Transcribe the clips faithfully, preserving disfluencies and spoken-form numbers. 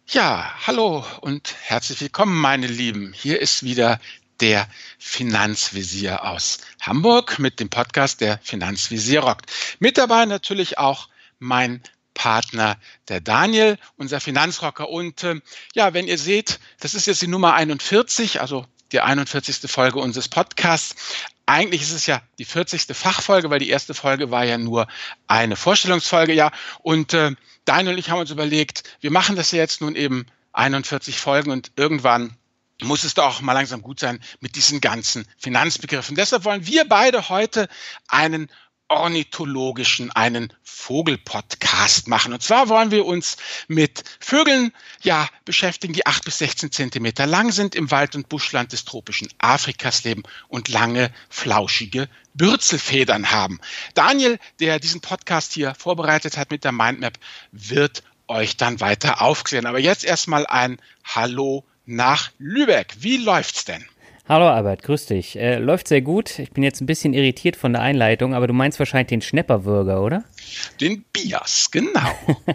Ja, hallo und herzlich willkommen, meine Lieben. Hier ist wieder der Finanzvisier aus Hamburg mit dem Podcast Der Finanzvisier rockt. Mit dabei natürlich auch mein Partner, der Daniel, unser Finanzrocker. Und äh, ja, wenn ihr seht, das ist jetzt die Nummer einundvierzig, also die einundvierzigste Folge unseres Podcasts. Eigentlich ist es ja die vierzigste Fachfolge, weil die erste Folge war ja nur eine Vorstellungsfolge, ja. Und äh, Daniel und ich haben uns überlegt, wir machen das ja jetzt nun eben einundvierzig Folgen und irgendwann muss es doch auch mal langsam gut sein mit diesen ganzen Finanzbegriffen. Deshalb wollen wir beide heute einen ornithologischen, einen Vogelpodcast machen. Und zwar wollen wir uns mit Vögeln ja beschäftigen, die acht bis sechzehn Zentimeter lang sind, im Wald- und Buschland des tropischen Afrikas leben und lange, flauschige Bürzelfedern haben. Daniel, der diesen Podcast hier vorbereitet hat mit der Mindmap, wird euch dann weiter aufklären. Aber jetzt erstmal ein Hallo nach Lübeck. Wie läuft's denn? Hallo Albert, grüß dich. Äh, läuft sehr gut. Ich bin jetzt ein bisschen irritiert von der Einleitung, aber du meinst wahrscheinlich den Schnepperwürger, oder? Den Bias, genau.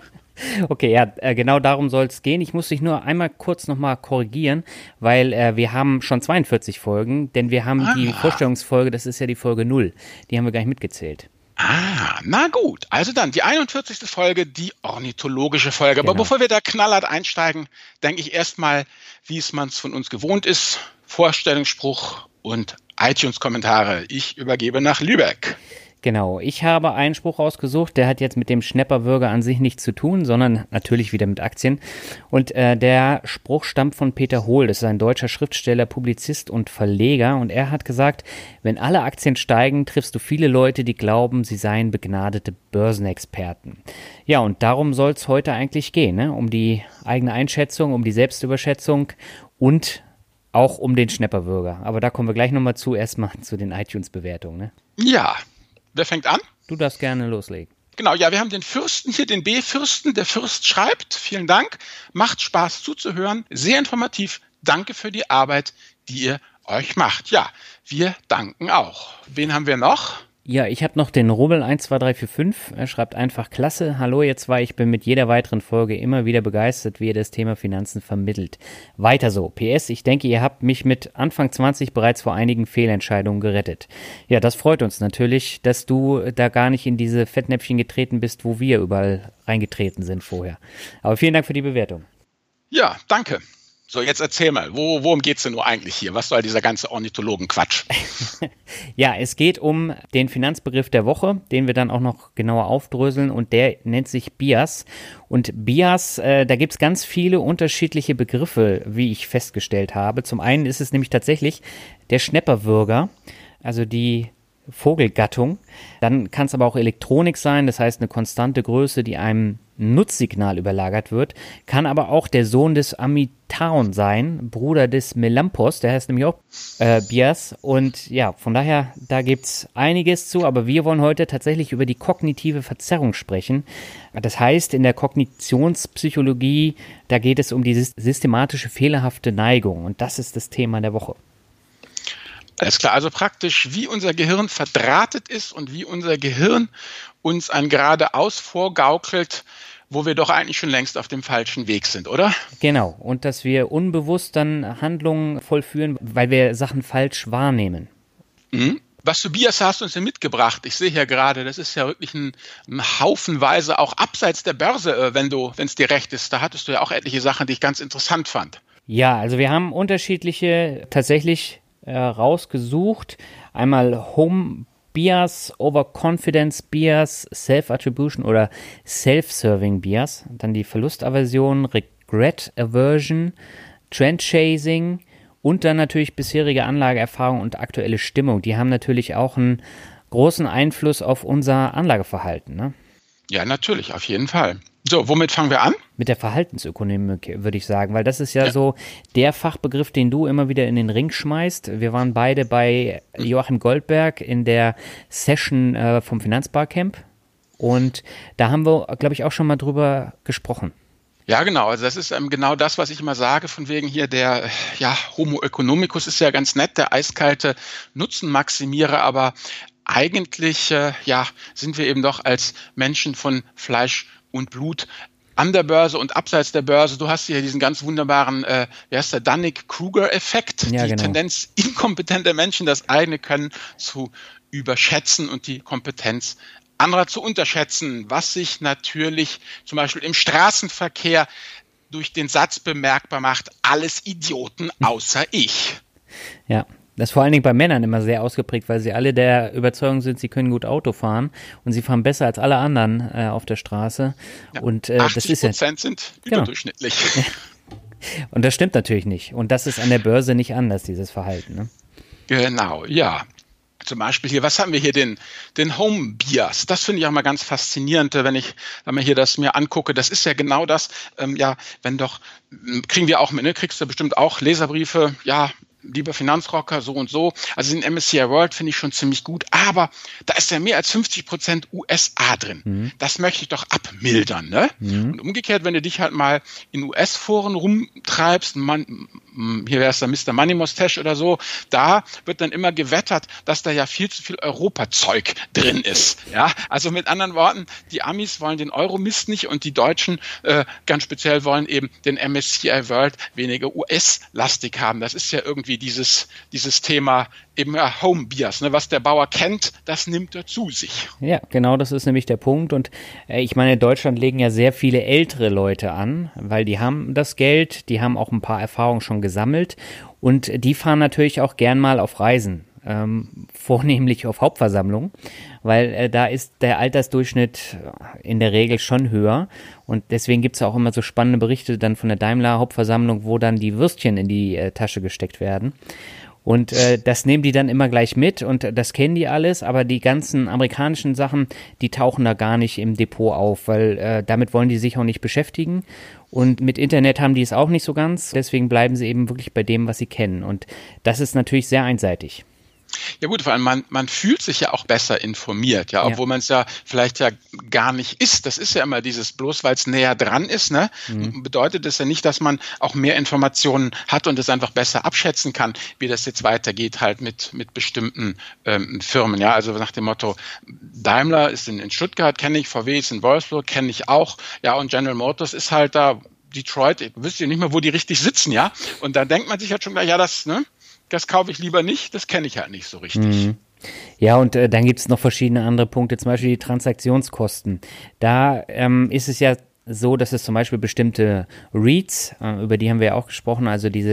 Okay, ja, äh, genau darum soll es gehen. Ich muss dich nur einmal kurz nochmal korrigieren, weil äh, wir haben schon zweiundvierzig Folgen, denn wir haben ah. die Vorstellungsfolge, das ist ja die Folge null, die haben wir gar nicht mitgezählt. Ah, na gut. Also dann die einundvierzigste Folge, die ornithologische Folge. Aber genau. Bevor wir da knallhart einsteigen, denke ich erstmal, wie es man es von uns gewohnt ist, Vorstellungsspruch und iTunes-Kommentare. Ich übergebe nach Lübeck. Genau, ich habe einen Spruch rausgesucht, der hat jetzt mit dem Schnepperwürger an sich nichts zu tun, sondern natürlich wieder mit Aktien. Und äh, der Spruch stammt von Peter Hohl, das ist ein deutscher Schriftsteller, Publizist und Verleger. Und er hat gesagt, wenn alle Aktien steigen, triffst du viele Leute, die glauben, sie seien begnadete Börsenexperten. Ja, und darum soll es heute eigentlich gehen, ne? Um die eigene Einschätzung, um die Selbstüberschätzung und auch um den Schnepperwürger. Aber da kommen wir gleich nochmal zu, erstmal zu den iTunes-Bewertungen. Ne? Ja. Wer fängt an? Du darfst gerne loslegen. Genau, ja, wir haben den Fürsten hier, den B-Fürsten. Der Fürst schreibt, vielen Dank, macht Spaß zuzuhören, sehr informativ. Danke für die Arbeit, die ihr euch macht. Ja, wir danken auch. Wen haben wir noch? Ja, ich habe noch den Rubbel eins zwei drei vier fünf. Er schreibt einfach, klasse, hallo ihr zwei, ich bin mit jeder weiteren Folge immer wieder begeistert, wie ihr das Thema Finanzen vermittelt. Weiter so. P S, ich denke, ihr habt mich mit Anfang zwanzig bereits vor einigen Fehlentscheidungen gerettet. Ja, das freut uns natürlich, dass du da gar nicht in diese Fettnäpfchen getreten bist, wo wir überall reingetreten sind vorher. Aber vielen Dank für die Bewertung. Ja, danke. So, jetzt erzähl mal, wo, worum geht's denn nur eigentlich hier? Was soll dieser ganze Ornithologen-Quatsch? Ja, es geht um den Finanzbegriff der Woche, den wir dann auch noch genauer aufdröseln und der nennt sich Bias. Und Bias, äh, da gibt's ganz viele unterschiedliche Begriffe, wie ich festgestellt habe. Zum einen ist es nämlich tatsächlich der Schnepperwürger, also die Vogelgattung. Dann kann es aber auch Elektronik sein, das heißt eine konstante Größe, die einem Nutzsignal überlagert wird. Kann aber auch der Sohn des Amitaon sein, Bruder des Melampos, der heißt nämlich auch äh, Bias. Und ja, von daher, da gibt es einiges zu, aber wir wollen heute tatsächlich über die kognitive Verzerrung sprechen. Das heißt, in der Kognitionspsychologie, da geht es um die systematische fehlerhafte Neigung und das ist das Thema der Woche. Alles klar, also praktisch, wie unser Gehirn verdrahtet ist und wie unser Gehirn uns ein geradeaus vorgaukelt, wo wir doch eigentlich schon längst auf dem falschen Weg sind, oder? Genau, und dass wir unbewusst dann Handlungen vollführen, weil wir Sachen falsch wahrnehmen. Mhm. Was für Bias hast du uns denn mitgebracht? Ich sehe hier gerade, das ist ja wirklich ein, ein Haufenweise, auch abseits der Börse, wenn du, wenn es dir recht ist. Da hattest du ja auch etliche Sachen, die ich ganz interessant fand. Ja, also wir haben unterschiedliche tatsächlich äh, rausgesucht. Einmal Home Bias, Overconfidence Bias, Self-Attribution oder Self-Serving Bias. Dann die Verlustaversion, Regret Aversion, Trend Chasing und dann natürlich bisherige Anlageerfahrung und aktuelle Stimmung. Die haben natürlich auch einen großen Einfluss auf unser Anlageverhalten, ne? Ja, natürlich, auf jeden Fall. So, womit fangen wir an? Mit der Verhaltensökonomik, würde ich sagen, weil das ist ja, ja so der Fachbegriff, den du immer wieder in den Ring schmeißt. Wir waren beide bei Joachim Goldberg in der Session äh, vom Finanzbarcamp und da haben wir, glaube ich, auch schon mal drüber gesprochen. Ja, genau. Also das ist ähm, genau das, was ich immer sage, von wegen hier der ja, Homo economicus ist ja ganz nett, der eiskalte Nutzenmaximierer, aber eigentlich äh, ja, sind wir eben doch als Menschen von Fleisch und Blut an der Börse und abseits der Börse. Du hast hier diesen ganz wunderbaren, äh, wie heißt der, Dunning-Kruger-Effekt, Ja, die genau. Tendenz inkompetenter Menschen, das eigene Können zu überschätzen und die Kompetenz anderer zu unterschätzen, was sich natürlich zum Beispiel im Straßenverkehr durch den Satz bemerkbar macht, alles Idioten außer ich. Ja, das ist vor allen Dingen bei Männern immer sehr ausgeprägt, weil sie alle der Überzeugung sind, sie können gut Auto fahren und sie fahren besser als alle anderen äh, auf der Straße. Ja, und äh, das ist ja, achtzig Prozent sind Genau. überdurchschnittlich. und das stimmt natürlich nicht. Und das ist an der Börse nicht anders, dieses Verhalten. Ne? Genau, ja. Zum Beispiel hier, was haben wir hier, den, den Home Bias. Das finde ich auch mal ganz faszinierend, wenn ich, wenn man hier das mir angucke. Das ist ja genau das, ähm, ja, wenn doch, kriegen wir auch mit, ne, kriegst du bestimmt auch Leserbriefe, ja, lieber Finanzrocker, so und so. Also den M S C I World finde ich schon ziemlich gut, aber da ist ja mehr als fünfzig Prozent U S A drin. Mhm. Das möchte ich doch abmildern, ne? Mhm. Und umgekehrt, wenn du dich halt mal in U S-Foren rumtreibst, man, hier wäre es der Mister Money Mustache oder so, da wird dann immer gewettert, dass da ja viel zu viel Europazeug drin ist. Ja, also mit anderen Worten, die Amis wollen den Euro-Mist nicht und die Deutschen äh, ganz speziell wollen eben den M S C I World weniger U S-lastig haben. Das ist ja irgendwie dieses, dieses Thema eben ja, Home Bias, ne? Was der Bauer kennt, das nimmt er zu sich. Ja, genau, das ist nämlich der Punkt. Und äh, ich meine, in Deutschland legen ja sehr viele ältere Leute an, weil die haben das Geld, die haben auch ein paar Erfahrungen schon gesammelt und die fahren natürlich auch gern mal auf Reisen. Ähm, vornehmlich auf Hauptversammlungen, weil äh, da ist der Altersdurchschnitt in der Regel schon höher und deswegen gibt es auch immer so spannende Berichte dann von der Daimler Hauptversammlung, wo dann die Würstchen in die äh, Tasche gesteckt werden und äh, das nehmen die dann immer gleich mit und das kennen die alles, aber die ganzen amerikanischen Sachen, die tauchen da gar nicht im Depot auf, weil äh, damit wollen die sich auch nicht beschäftigen. Und mit Internet haben die es auch nicht so ganz, deswegen bleiben sie eben wirklich bei dem, was sie kennen und das ist natürlich sehr einseitig. Ja gut, vor allem man, man fühlt sich ja auch besser informiert, ja, obwohl ja. man es ja vielleicht ja gar nicht ist. Das ist ja immer dieses, bloß weil es näher dran ist, ne, mhm. bedeutet das ja nicht, dass man auch mehr Informationen hat und es einfach besser abschätzen kann, wie das jetzt weitergeht halt mit, mit bestimmten ähm, Firmen. Ja, also nach dem Motto, Daimler ist in, in Stuttgart, kenne ich, V W ist in Wolfsburg, kenne ich auch, ja, und General Motors ist halt da, Detroit, ich wüsste nicht mehr, wo die richtig sitzen, ja, und dann denkt man sich halt schon gleich, ja, das, ne, das kaufe ich lieber nicht, das kenne ich halt nicht so richtig. Mhm. Ja, und äh, dann gibt es noch verschiedene andere Punkte, zum Beispiel die Transaktionskosten. Da ähm, ist es ja so, dass es zum Beispiel bestimmte REITs, äh, über die haben wir ja auch gesprochen, also diese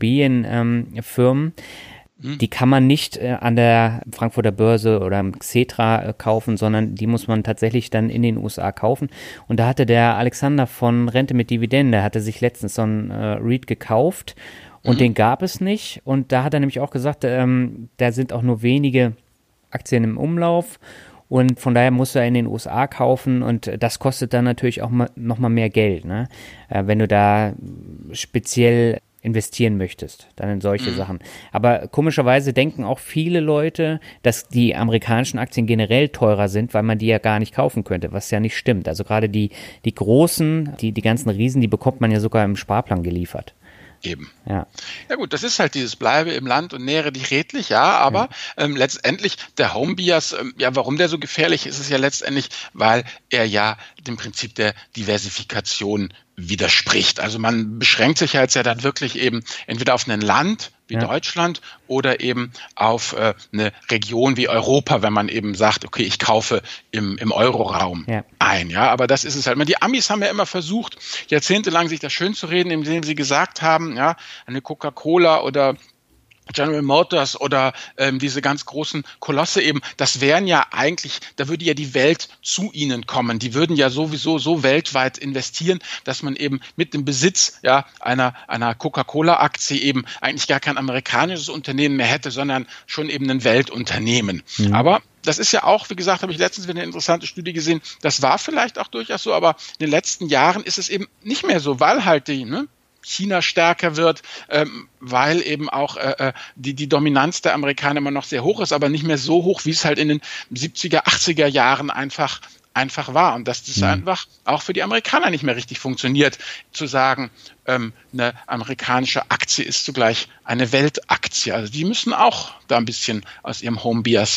Immobilienfirmen, ähm, die kann man nicht äh, an der Frankfurter Börse oder am Xetra äh, kaufen, sondern die muss man tatsächlich dann in den U S A kaufen. Und da hatte der Alexander von Rente mit Dividende, hatte sich letztens so ein äh, REIT gekauft. Und mhm. den gab es nicht. Und da hat er nämlich auch gesagt, ähm, da sind auch nur wenige Aktien im Umlauf. Und von daher musst du in den U S A kaufen. Und das kostet dann natürlich auch mal, noch mal mehr Geld, ne? Äh, wenn du da speziell investieren möchtest, dann in solche mhm. Sachen. Aber komischerweise denken auch viele Leute, dass die amerikanischen Aktien generell teurer sind, weil man die ja gar nicht kaufen könnte, was ja nicht stimmt. Also gerade die, die großen, die, die ganzen Riesen, die bekommt man ja sogar im Sparplan geliefert. Eben. Ja. Ja gut, das ist halt dieses Bleibe im Land und nähere dich redlich, ja, aber ja. Ähm, letztendlich der Home Bias, ähm, ja, warum der so gefährlich ist, ist ja letztendlich, weil er ja dem Prinzip der Diversifikation widerspricht. Also man beschränkt sich ja jetzt ja dann wirklich eben entweder auf ein Land wie ja. Deutschland oder eben auf äh, eine Region wie Europa, wenn man eben sagt, okay, ich kaufe im, im Euroraum ja. ein. Ja, aber das ist es halt. Die Amis haben ja immer versucht, jahrzehntelang sich das schön zu reden, indem sie gesagt haben, ja, eine Coca-Cola oder General Motors oder ähm, diese ganz großen Kolosse eben, das wären ja eigentlich, da würde ja die Welt zu ihnen kommen. Die würden ja sowieso so weltweit investieren, dass man eben mit dem Besitz ja einer einer Coca-Cola-Aktie eben eigentlich gar kein amerikanisches Unternehmen mehr hätte, sondern schon eben ein Weltunternehmen. Mhm. Aber das ist ja auch, wie gesagt, habe ich letztens wieder eine interessante Studie gesehen, das war vielleicht auch durchaus so, aber in den letzten Jahren ist es eben nicht mehr so, weil halt die, ne, China stärker wird, ähm, weil eben auch äh, die, die Dominanz der Amerikaner immer noch sehr hoch ist, aber nicht mehr so hoch, wie es halt in den siebziger, achtziger Jahren einfach einfach war. Und dass das mhm. einfach auch für die Amerikaner nicht mehr richtig funktioniert, zu sagen, ähm, eine amerikanische Aktie ist zugleich eine Weltaktie. Also die müssen auch da ein bisschen aus ihrem Home Bias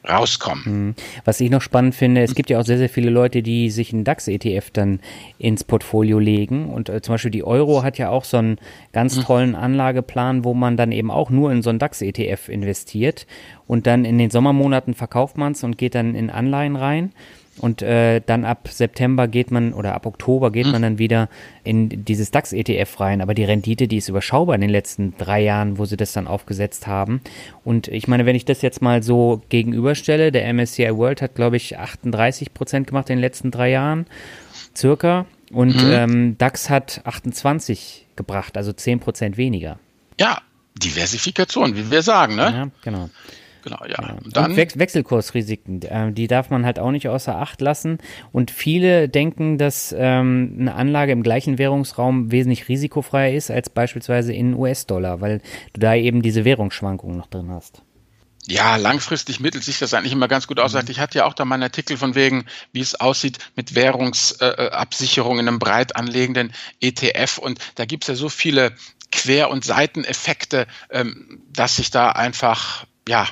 rauskommen. Was ich noch spannend finde, es gibt ja auch sehr, sehr viele Leute, die sich einen DAX-E T F dann ins Portfolio legen und äh, zum Beispiel die Euro hat ja auch so einen ganz tollen Anlageplan, wo man dann eben auch nur in so einen DAX-E T F investiert und dann in den Sommermonaten verkauft man es und geht dann in Anleihen rein. Und äh, dann ab September geht man oder ab Oktober geht man dann wieder in dieses DAX-E T F rein. Aber die Rendite, die ist überschaubar in den letzten drei Jahren, wo sie das dann aufgesetzt haben. Und ich meine, wenn ich das jetzt mal so gegenüberstelle, der M S C I World hat, glaube ich, achtunddreißig Prozent gemacht in den letzten drei Jahren, circa. Und mhm. ähm, DAX hat achtundzwanzig gebracht, also zehn Prozent weniger. Ja, Diversifikation, wie wir sagen, ne? Ja, genau. Genau, ja. Ja. Und dann, und Wech- Wechselkursrisiken, äh, die darf man halt auch nicht außer Acht lassen. Und viele denken, dass ähm, eine Anlage im gleichen Währungsraum wesentlich risikofreier ist als beispielsweise in U S-Dollar, weil du da eben diese Währungsschwankungen noch drin hast. Ja, langfristig mittelt sich das eigentlich immer ganz gut aus. Mhm. Ich hatte ja auch da mal einen Artikel von wegen, wie es aussieht mit Währungsabsicherung in einem breit anlegenden E T F. Und da gibt es ja so viele Quer- und Seiteneffekte, ähm, dass sich da einfach, ja,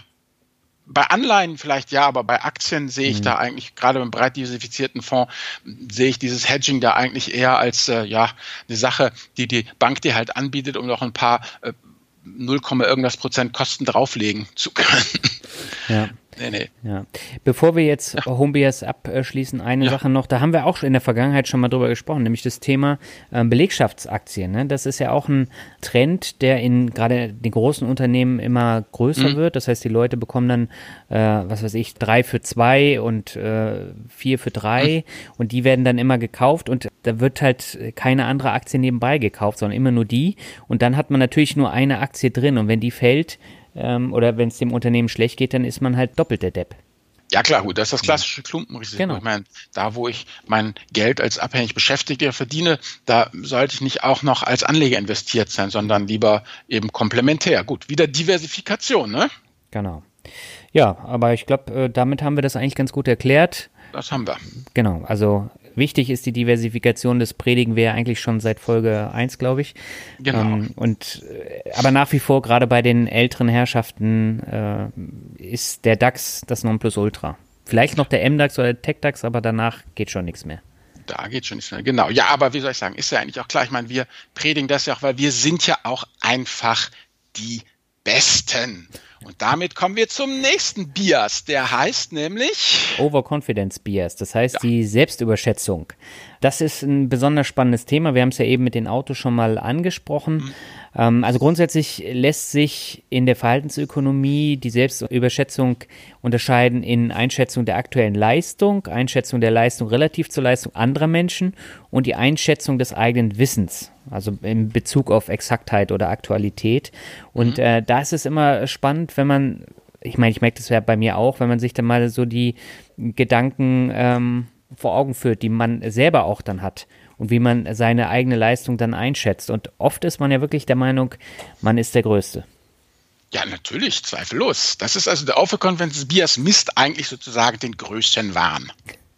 bei Anleihen vielleicht ja, aber bei Aktien sehe ich mhm. da eigentlich, gerade beim breit diversifizierten Fonds, sehe ich dieses Hedging da eigentlich eher als äh, ja eine Sache, die die Bank dir halt anbietet, um noch ein paar äh, null, irgendwas Prozent Kosten drauflegen zu können. Ja. Nee, nee. Ja. Bevor wir jetzt ja. Homebias abschließen, eine ja. Sache noch, da haben wir auch schon in der Vergangenheit schon mal drüber gesprochen, nämlich das Thema äh, Belegschaftsaktien. Ne? Das ist ja auch ein Trend, der in gerade den großen Unternehmen immer größer mhm. wird. Das heißt, die Leute bekommen dann, äh, was weiß ich, drei für zwei und äh, vier für drei mhm. und die werden dann immer gekauft und da wird halt keine andere Aktie nebenbei gekauft, sondern immer nur die und dann hat man natürlich nur eine Aktie drin und wenn die fällt, Ähm, oder wenn es dem Unternehmen schlecht geht, dann ist man halt doppelt der Depp. Ja klar, gut, das ist das klassische Klumpenrisiko. Genau. Ich meine, da wo ich mein Geld als abhängig Beschäftigter verdiene, da sollte ich nicht auch noch als Anleger investiert sein, sondern lieber eben komplementär. Gut, wieder Diversifikation, ne? Genau. Ja, aber ich glaube, äh, damit haben wir das eigentlich ganz gut erklärt. Das haben wir. Genau, also wichtig ist die Diversifikation, das predigen wir ja eigentlich schon seit Folge eins, glaube ich. Genau. Ähm, und, äh, aber nach wie vor, gerade bei den älteren Herrschaften, äh, ist der DAX das Nonplusultra. Vielleicht noch der M DAX oder der TechDAX, aber danach geht schon nichts mehr. Da geht schon nichts mehr, genau. Ja, aber wie soll ich sagen, ist ja eigentlich auch klar. Ich meine, wir predigen das ja auch, weil wir sind ja auch einfach die Besten. Und damit kommen wir zum nächsten Bias, der heißt nämlich Overconfidence Bias, das heißt ja. die Selbstüberschätzung. Das ist ein besonders spannendes Thema. Wir haben es ja eben mit den Autos schon mal angesprochen. Mhm. Ähm, also grundsätzlich lässt sich in der Verhaltensökonomie die Selbstüberschätzung unterscheiden in Einschätzung der aktuellen Leistung, Einschätzung der Leistung relativ zur Leistung anderer Menschen und die Einschätzung des eigenen Wissens, also in Bezug auf Exaktheit oder Aktualität. Und mhm. äh, da ist es immer spannend, wenn man, ich meine, ich merke das ja bei mir auch, wenn man sich dann mal so die Gedanken ähm, vor Augen führt, die man selber auch dann hat und wie man seine eigene Leistung dann einschätzt. Und oft ist man ja wirklich der Meinung, man ist der Größte. Ja, natürlich, zweifellos. Das ist also der Overconfidence Bias misst eigentlich sozusagen den größten Wahn.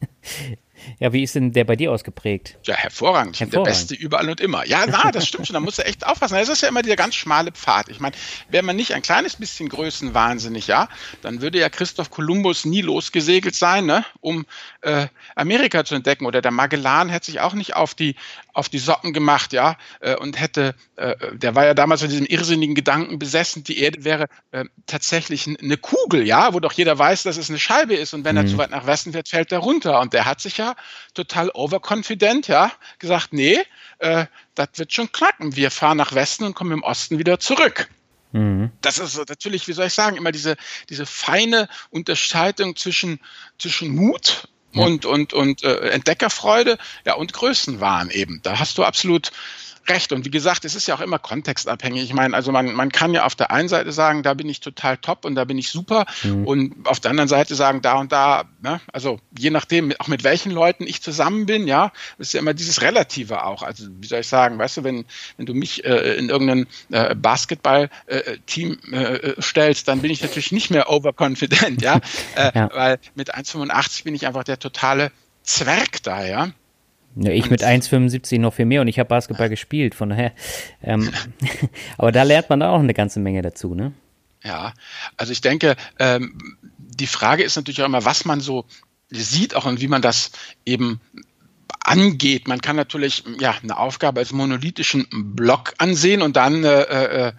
Ja, wie ist denn der bei dir ausgeprägt? Ja, hervorragend. Ich bin der Beste überall und immer. Ja, na, das stimmt schon. Da musst du echt aufpassen. Das ist ja immer dieser ganz schmale Pfad. Ich meine, wäre man nicht ein kleines bisschen größenwahnsinnig, ja, dann würde ja Christoph Kolumbus nie losgesegelt sein, ne, um äh, Amerika zu entdecken. Oder der Magellan hätte sich auch nicht auf die, auf die Socken gemacht, ja, äh, und hätte, äh, der war ja damals von diesem irrsinnigen Gedanken besessen, die Erde wäre äh, tatsächlich eine Kugel, ja, wo doch jeder weiß, dass es eine Scheibe ist. Und wenn mhm. er zu weit nach Westen fährt, fällt er runter. Und der hat sich ja total overconfident, ja, gesagt, nee, äh, das wird schon knacken. Wir fahren nach Westen und kommen im Osten wieder zurück. Mhm. Das ist natürlich, wie soll ich sagen, immer diese, diese feine Unterscheidung zwischen, zwischen Mut ja. und, und, und äh, Entdeckerfreude, ja, und Größenwahn eben. Da hast du absolut recht. Und wie gesagt, es ist ja auch immer kontextabhängig. Ich meine, also man, man kann ja auf der einen Seite sagen, da bin ich total top und da bin ich super. Mhm. Und auf der anderen Seite sagen, da und da, ne? Also je nachdem, auch mit welchen Leuten ich zusammen bin, ja, das ist ja immer dieses Relative auch. Also wie soll ich sagen, weißt du, wenn, wenn du mich äh, in irgendein äh, Basketball-Team äh, stellst, dann bin ich natürlich nicht mehr overconfident, ja, äh, ja. Weil mit eins Komma fünfundachtzig bin ich einfach der totale Zwerg da, ja. Ja, ich mit eins Komma fünfundsiebzig noch viel mehr und ich habe Basketball gespielt, von daher. Ähm, aber da lernt man auch eine ganze Menge dazu, ne? Ja, also ich denke, ähm, die Frage ist natürlich auch immer, was man so sieht auch und wie man das eben angeht. Man kann natürlich ja eine Aufgabe als monolithischen Block ansehen und dann äh, äh,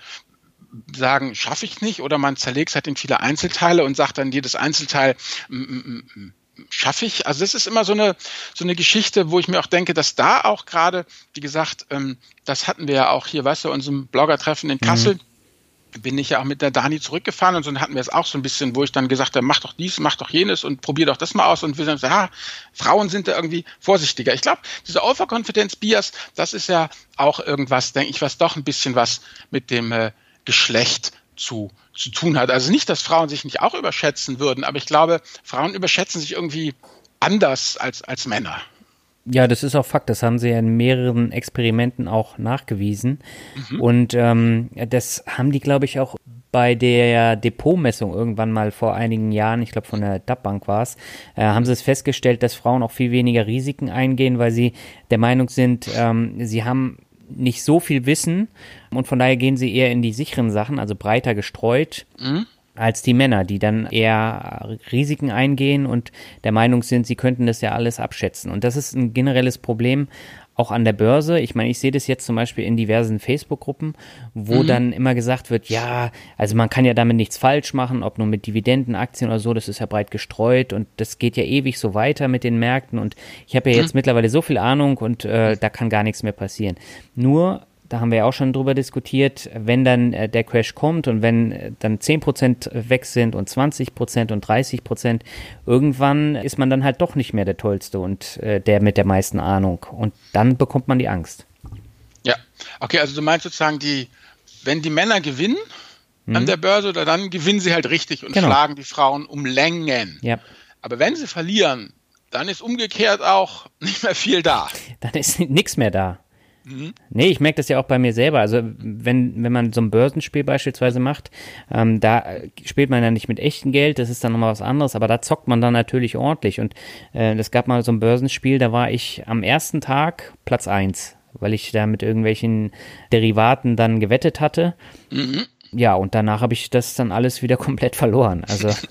sagen, schaffe ich nicht, oder man zerlegt es halt in viele Einzelteile und sagt dann, jedes Einzelteil m- m- schaffe ich. Also das ist immer so eine so eine Geschichte, wo ich mir auch denke, dass da auch gerade, wie gesagt, ähm, das hatten wir ja auch hier, weißt du, unserem Blogger-Treffen in Kassel, mhm. bin ich ja auch mit der Dani zurückgefahren und so hatten wir es auch so ein bisschen, wo ich dann gesagt habe, mach doch dies, mach doch jenes und probier doch das mal aus, und wir sagen, ja, Frauen sind da irgendwie vorsichtiger. Ich glaube, diese Overconfidence Bias, das ist ja auch irgendwas, denke ich, was doch ein bisschen was mit dem äh, Geschlecht zu, zu tun hat. Also nicht, dass Frauen sich nicht auch überschätzen würden, aber ich glaube, Frauen überschätzen sich irgendwie anders als, als Männer. Ja, das ist auch Fakt. Das haben sie ja in mehreren Experimenten auch nachgewiesen. Mhm. Und ähm, das haben die, glaube ich, auch bei der Depotmessung irgendwann mal vor einigen Jahren, ich glaube von der D A P-Bank war es, äh, haben sie es festgestellt, dass Frauen auch viel weniger Risiken eingehen, weil sie der Meinung sind, ähm, sie haben nicht so viel Wissen und von daher gehen sie eher in die sicheren Sachen, also breiter gestreut, mhm. als die Männer, die dann eher Risiken eingehen und der Meinung sind, sie könnten das ja alles abschätzen. Und das ist ein generelles Problem auch an der Börse. Ich meine, ich sehe das jetzt zum Beispiel in diversen Facebook-Gruppen, wo mhm. dann immer gesagt wird, ja, also man kann ja damit nichts falsch machen, ob nur mit Dividenden, Aktien oder so, das ist ja breit gestreut und das geht ja ewig so weiter mit den Märkten und ich habe ja jetzt mhm. mittlerweile so viel Ahnung und äh, da kann gar nichts mehr passieren. Nur, da haben wir ja auch schon drüber diskutiert, wenn dann äh, der Crash kommt und wenn äh, dann zehn Prozent weg sind und zwanzig Prozent und dreißig Prozent, irgendwann ist man dann halt doch nicht mehr der Tollste und äh, der mit der meisten Ahnung. Und dann bekommt man die Angst. Ja, okay, also du meinst sozusagen, die, wenn die Männer gewinnen mhm. an der Börse, oder dann gewinnen sie halt richtig und genau. schlagen die Frauen um Längen. Ja. Aber wenn sie verlieren, dann ist umgekehrt auch nicht mehr viel da. Dann ist nichts mehr da. Mhm. Nee, ich merke das ja auch bei mir selber. Also wenn, wenn man so ein Börsenspiel beispielsweise macht, ähm, da spielt man ja nicht mit echtem Geld, das ist dann nochmal was anderes, aber da zockt man dann natürlich ordentlich. Und äh, es gab mal so ein Börsenspiel, da war ich am ersten Tag Platz eins, weil ich da mit irgendwelchen Derivaten dann gewettet hatte. Mhm. Ja, und danach habe ich das dann alles wieder komplett verloren. Also äh,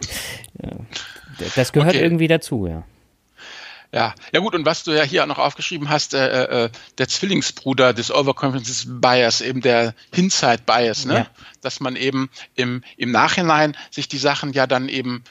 das gehört okay. irgendwie dazu, ja. Ja, ja gut, und was du ja hier auch noch aufgeschrieben hast, äh, äh, der Zwillingsbruder des Overconfidence Bias, eben der Hindsight Bias, ne? Ja. Dass man eben im, im Nachhinein sich die Sachen ja dann eben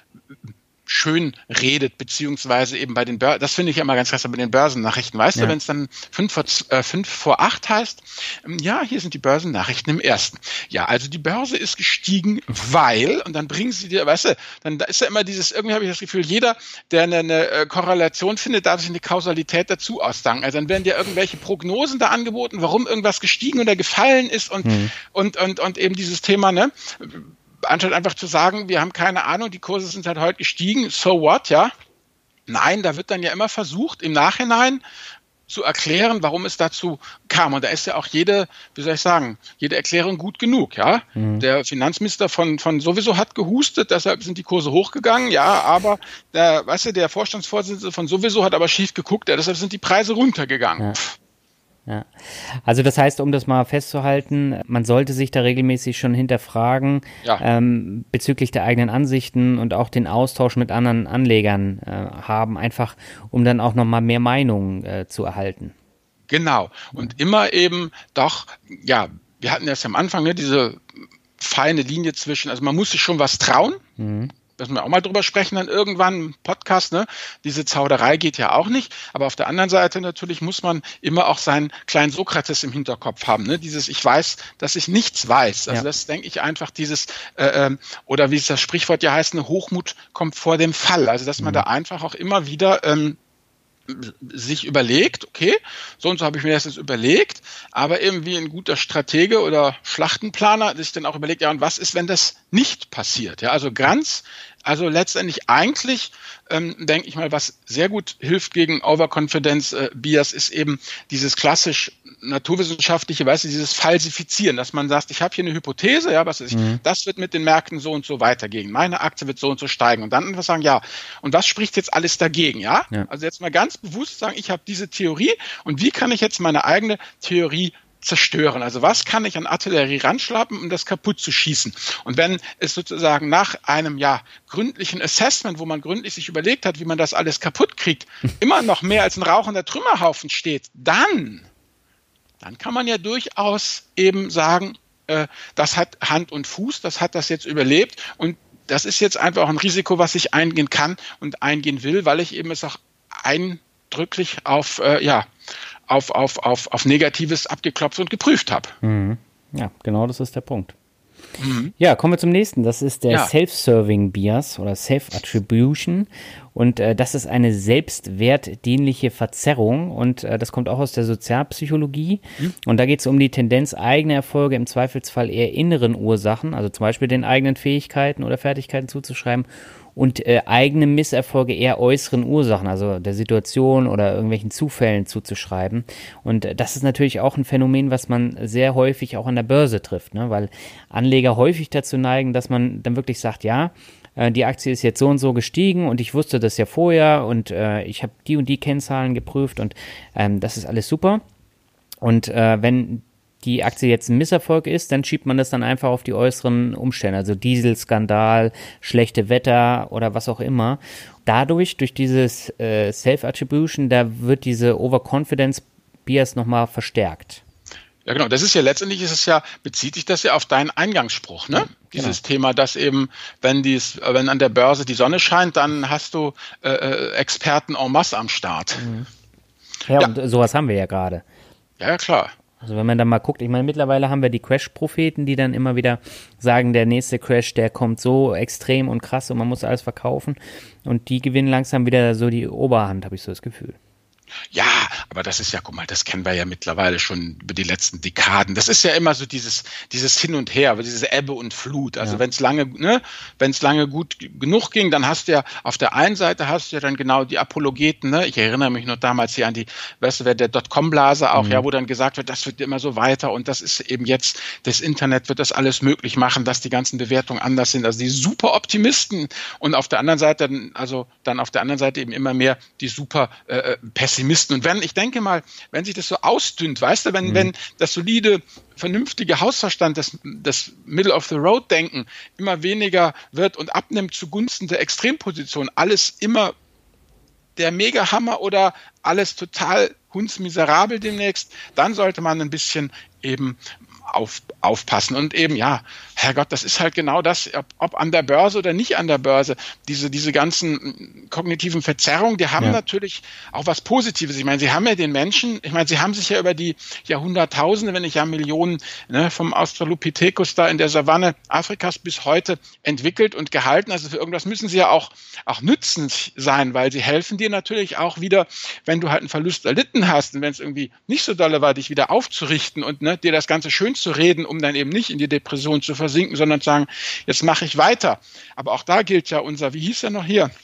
schön redet, beziehungsweise eben bei den Börsen, das finde ich ja immer ganz krass bei den Börsennachrichten, weißt ja. du, wenn es dann fünf vor, äh, fünf vor acht heißt, ähm, ja, hier sind die Börsennachrichten im ersten. Ja, also die Börse ist gestiegen, weil, und dann bringen sie dir, weißt du, dann da ist ja immer dieses, irgendwie habe ich das Gefühl, jeder, der eine, eine Korrelation findet, darf sich eine Kausalität dazu ausdanken. Also dann werden dir irgendwelche Prognosen da angeboten, warum irgendwas gestiegen oder gefallen ist und, mhm. und, und, und eben dieses Thema, ne, anstatt einfach zu sagen, wir haben keine Ahnung, die Kurse sind halt heute gestiegen, so what, ja? Nein, da wird dann ja immer versucht, im Nachhinein zu erklären, warum es dazu kam. Und da ist ja auch jede, wie soll ich sagen, jede Erklärung gut genug, ja? Mhm. Der Finanzminister von, von sowieso hat gehustet, deshalb sind die Kurse hochgegangen, ja, aber der, weißt du, der Vorstandsvorsitzende von sowieso hat aber schief geguckt, ja, deshalb sind die Preise runtergegangen. Ja. Ja, also das heißt, um das mal festzuhalten, man sollte sich da regelmäßig schon hinterfragen ja. ähm, bezüglich der eigenen Ansichten und auch den Austausch mit anderen Anlegern äh, haben, einfach um dann auch nochmal mehr Meinungen äh, zu erhalten. Genau, und immer eben doch, ja, wir hatten das ja am Anfang, ne, diese feine Linie zwischen, also man muss sich schon was trauen, mhm. müssen wir auch mal drüber sprechen, dann irgendwann im Podcast, ne? Diese Zauderei geht ja auch nicht, aber auf der anderen Seite natürlich muss man immer auch seinen kleinen Sokrates im Hinterkopf haben, ne? Dieses ich weiß, dass ich nichts weiß, also ja. das denke ich einfach dieses, äh, oder wie es das Sprichwort ja heißt, eine Hochmut kommt vor dem Fall, also dass man mhm. da einfach auch immer wieder ähm, sich überlegt, okay, so und so habe ich mir das jetzt überlegt, aber eben wie ein guter Stratege oder Schlachtenplaner sich dann auch überlegt, ja, und was ist, wenn das nicht passiert? Ja, also ganz, also letztendlich eigentlich, ähm, denke ich mal, was sehr gut hilft gegen Overconfidence äh, Bias, ist eben dieses klassisch naturwissenschaftliche, weißt du, dieses Falsifizieren, dass man sagt, ich habe hier eine Hypothese, ja, was ist, mhm. das wird mit den Märkten so und so weitergehen, meine Aktie wird so und so steigen und dann einfach sagen, ja, und was spricht jetzt alles dagegen, ja? ja. Also jetzt mal ganz bewusst sagen, ich habe diese Theorie und wie kann ich jetzt meine eigene Theorie zerstören? Also was kann ich an Artillerie ranschlappen, um das kaputt zu schießen? Und wenn es sozusagen nach einem ja gründlichen Assessment, wo man gründlich sich überlegt hat, wie man das alles kaputt kriegt, immer noch mehr als ein rauchender Trümmerhaufen steht, dann, dann kann man ja durchaus eben sagen, äh, das hat Hand und Fuß, das hat das jetzt überlebt und das ist jetzt einfach auch ein Risiko, was ich eingehen kann und eingehen will, weil ich eben es auch eindrücklich auf, äh, ja, auf, auf, auf, auf Negatives abgeklopft und geprüft habe. Mhm. Ja, genau das ist der Punkt. Mhm. Ja, kommen wir zum nächsten. Das ist der ja. Self-Serving Bias oder Self-Attribution. Und äh, das ist eine selbstwertdienliche Verzerrung. Und äh, das kommt auch aus der Sozialpsychologie. Mhm. Und da geht es um die Tendenz, eigene Erfolge im Zweifelsfall eher inneren Ursachen, also zum Beispiel den eigenen Fähigkeiten oder Fertigkeiten zuzuschreiben, und äh, eigene Misserfolge eher äußeren Ursachen, also der Situation oder irgendwelchen Zufällen zuzuschreiben. Und äh, das ist natürlich auch ein Phänomen, was man sehr häufig auch an der Börse trifft, ne? Weil Anleger häufig dazu neigen, dass man dann wirklich sagt, ja, äh, die Aktie ist jetzt so und so gestiegen und ich wusste das ja vorher und äh, ich habe die und die Kennzahlen geprüft und ähm, das ist alles super. Und äh, wenn die Aktie jetzt ein Misserfolg ist, dann schiebt man das dann einfach auf die äußeren Umstände, also Dieselskandal, schlechte Wetter oder was auch immer. Dadurch, durch dieses äh, Self-Attribution, da wird diese Overconfidence-Bias nochmal verstärkt. Ja, genau. Das ist ja letztendlich, ist es ja, bezieht sich das ja auf deinen Eingangsspruch, ne? Ja, dieses genau. Thema, dass eben, wenn dies, wenn an der Börse die Sonne scheint, dann hast du äh, Experten en masse am Start. Mhm. Ja, ja, und sowas haben wir ja gerade. Ja, ja, klar. Also wenn man dann mal guckt, ich meine, mittlerweile haben wir die Crash-Propheten, die dann immer wieder sagen, der nächste Crash, der kommt so extrem und krass und man muss alles verkaufen. Und die gewinnen langsam wieder so die Oberhand, habe ich so das Gefühl. Ja, aber das ist ja, guck mal, das kennen wir ja mittlerweile schon über die letzten Dekaden. Das ist ja immer so dieses, dieses Hin und Her, diese Ebbe und Flut. Also ja. wenn es lange, ne, wenn es lange gut genug ging, dann hast du ja, auf der einen Seite hast du ja dann genau die Apologeten, ne? Ich erinnere mich noch damals hier an die, weißt du, der Dotcom-Blase auch, mhm. ja, wo dann gesagt wird, das wird immer so weiter und das ist eben jetzt, das Internet wird das alles möglich machen, dass die ganzen Bewertungen anders sind. Also die super Optimisten und auf der anderen Seite, also dann auf der anderen Seite eben immer mehr die super äh, Pessimisten. Und wenn, ich denke mal, wenn sich das so ausdünnt, weißt du, wenn, mhm. wenn das solide, vernünftige Hausverstand, das, das Middle-of-the-Road-Denken immer weniger wird und abnimmt zugunsten der Extremposition, alles immer der Mega-Hammer oder alles total hundsmiserabel demnächst, dann sollte man ein bisschen eben auf, aufpassen. Und eben, ja, Herrgott, das ist halt genau das, ob, ob an der Börse oder nicht an der Börse, diese, diese ganzen kognitiven Verzerrungen, die haben ja. natürlich auch was Positives. Ich meine, sie haben ja den Menschen, ich meine, sie haben sich ja über die Jahrhunderttausende, wenn nicht ja Millionen, ne, vom Australopithecus da in der Savanne Afrikas bis heute entwickelt und gehalten. Also für irgendwas müssen sie ja auch, auch nützend sein, weil sie helfen dir natürlich auch wieder, wenn du halt einen Verlust erlitten hast und wenn es irgendwie nicht so dolle war, dich wieder aufzurichten und ne, dir das Ganze schön zu reden, um dann eben nicht in die Depression zu versinken, sondern zu sagen, jetzt mache ich weiter. Aber auch da gilt ja unser, wie hieß der noch hier?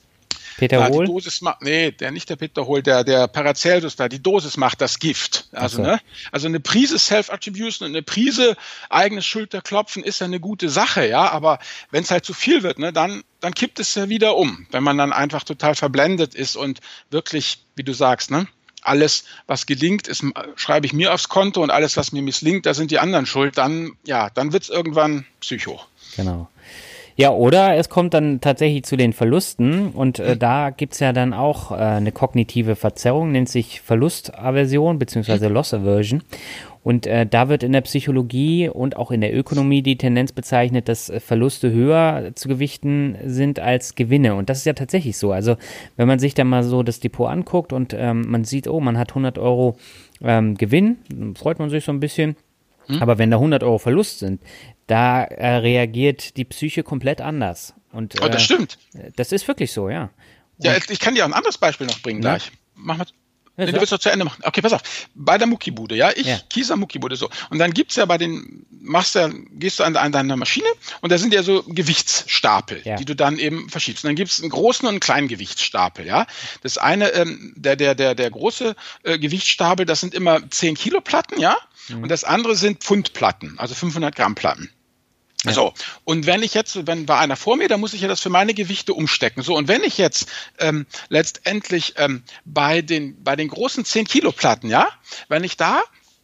Peter ja, Hohl? Die Dosis macht, nee, der nicht der Peter Hohl, der, der Paracelsus da, die Dosis macht das Gift. Also, so. ne, also eine Prise Self-Attribution und eine Prise eigenes Schulterklopfen ist ja eine gute Sache, ja, aber wenn es halt zu viel wird, ne, dann, dann kippt es ja wieder um, wenn man dann einfach total verblendet ist und wirklich, wie du sagst, ne, alles, was gelingt, ist, schreibe ich mir aufs Konto und alles, was mir misslingt, da sind die anderen schuld, dann, ja, dann wird es irgendwann Psycho. Genau. Ja, oder es kommt dann tatsächlich zu den Verlusten und äh, da gibt's ja dann auch äh, eine kognitive Verzerrung, nennt sich Verlustaversion bzw. Loss Aversion. Und äh, da wird in der Psychologie und auch in der Ökonomie die Tendenz bezeichnet, dass äh, Verluste höher zu gewichten sind als Gewinne. Und das ist ja tatsächlich so. Also wenn man sich dann mal so das Depot anguckt und ähm, man sieht, oh, man hat hundert Euro ähm, Gewinn, dann freut man sich so ein bisschen. Hm? Aber wenn da hundert Euro Verlust sind, da äh, reagiert die Psyche komplett anders. Und, äh, oh, das stimmt. Das ist wirklich so, ja. Und ja, ich kann dir auch ein anderes Beispiel noch bringen gleich. Ja. Mach mal. Nee, du willst doch zu Ende machen. Okay, pass auf. Bei der Muckibude, ja, ich, ja. Kieser Muckibude, so. Und dann gibt's ja bei den, machst ja, gehst du an, an deine Maschine und da sind ja so Gewichtsstapel, ja. die du dann eben verschiebst. Und dann gibt's einen großen und einen kleinen Gewichtsstapel, ja. Das eine, ähm, der, der, der, der große äh, Gewichtsstapel, das sind immer zehn Kilo Platten, ja. Mhm. Und das andere sind Pfundplatten, also fünfhundert Gramm Platten. Ja. So, und wenn ich jetzt, wenn war einer vor mir, dann muss ich ja das für meine Gewichte umstecken. So, und wenn ich jetzt ähm, letztendlich ähm, bei den bei den großen zehn Kilo Platten, ja, wenn ich da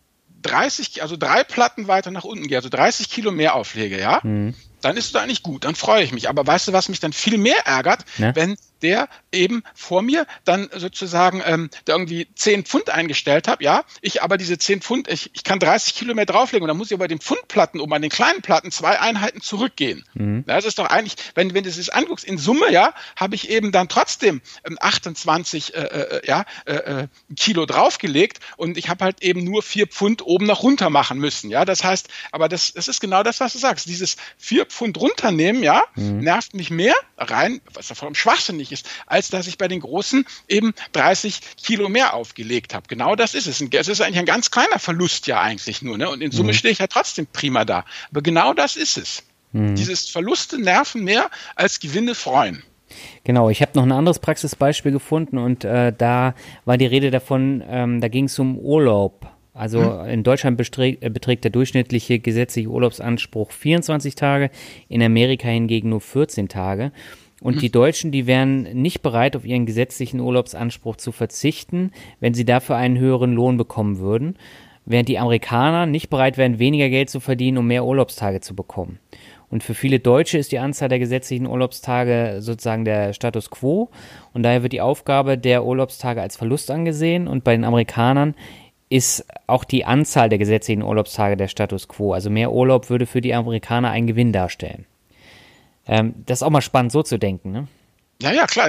dreißig, also drei Platten weiter nach unten gehe, also dreißig Kilo mehr auflege, ja, mhm. dann ist es eigentlich gut, dann freue ich mich. Aber weißt du, was mich dann viel mehr ärgert, ja. wenn der eben vor mir dann sozusagen ähm, da irgendwie zehn Pfund eingestellt habe, ja, ich aber diese zehn Pfund, ich, ich kann dreißig Kilo mehr drauflegen und dann muss ich aber bei den Pfundplatten oben an den kleinen Platten zwei Einheiten zurückgehen. Mhm. Das ist doch eigentlich, wenn, wenn du das anguckst, in Summe, ja, habe ich eben dann trotzdem ähm, achtundzwanzig äh, äh, ja, äh, Kilo draufgelegt und ich habe halt eben nur vier Pfund oben noch runter machen müssen, ja, das heißt, aber das, das ist genau das, was du sagst, dieses vier Pfund runternehmen, ja, mhm. nervt mich mehr rein, was ja vollkommen schwachsinnig ist, als dass ich bei den Großen eben dreißig Kilo mehr aufgelegt habe. Genau das ist es. Es ist eigentlich ein ganz kleiner Verlust ja eigentlich nur, ne? Und in Summe mhm. stehe ich ja trotzdem prima da. Aber genau das ist es. Mhm. Dieses Verluste nerven mehr als Gewinne freuen. Genau, ich habe noch ein anderes Praxisbeispiel gefunden und äh, da war die Rede davon, ähm, da ging es um Urlaub. Also hm. in Deutschland beträgt, äh, beträgt der durchschnittliche gesetzliche Urlaubsanspruch vierundzwanzig Tage, in Amerika hingegen nur vierzehn Tage. Und die Deutschen, die wären nicht bereit, auf ihren gesetzlichen Urlaubsanspruch zu verzichten, wenn sie dafür einen höheren Lohn bekommen würden, während die Amerikaner nicht bereit wären, weniger Geld zu verdienen, um mehr Urlaubstage zu bekommen. Und für viele Deutsche ist die Anzahl der gesetzlichen Urlaubstage sozusagen der Status quo und daher wird die Aufgabe der Urlaubstage als Verlust angesehen und bei den Amerikanern ist auch die Anzahl der gesetzlichen Urlaubstage der Status quo. Also mehr Urlaub würde für die Amerikaner einen Gewinn darstellen. Ähm, das ist auch mal spannend, so zu denken, ne? Ja, ja, klar.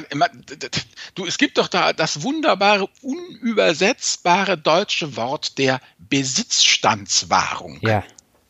Du, es gibt doch da das wunderbare, unübersetzbare deutsche Wort der Besitzstandswahrung. Ja.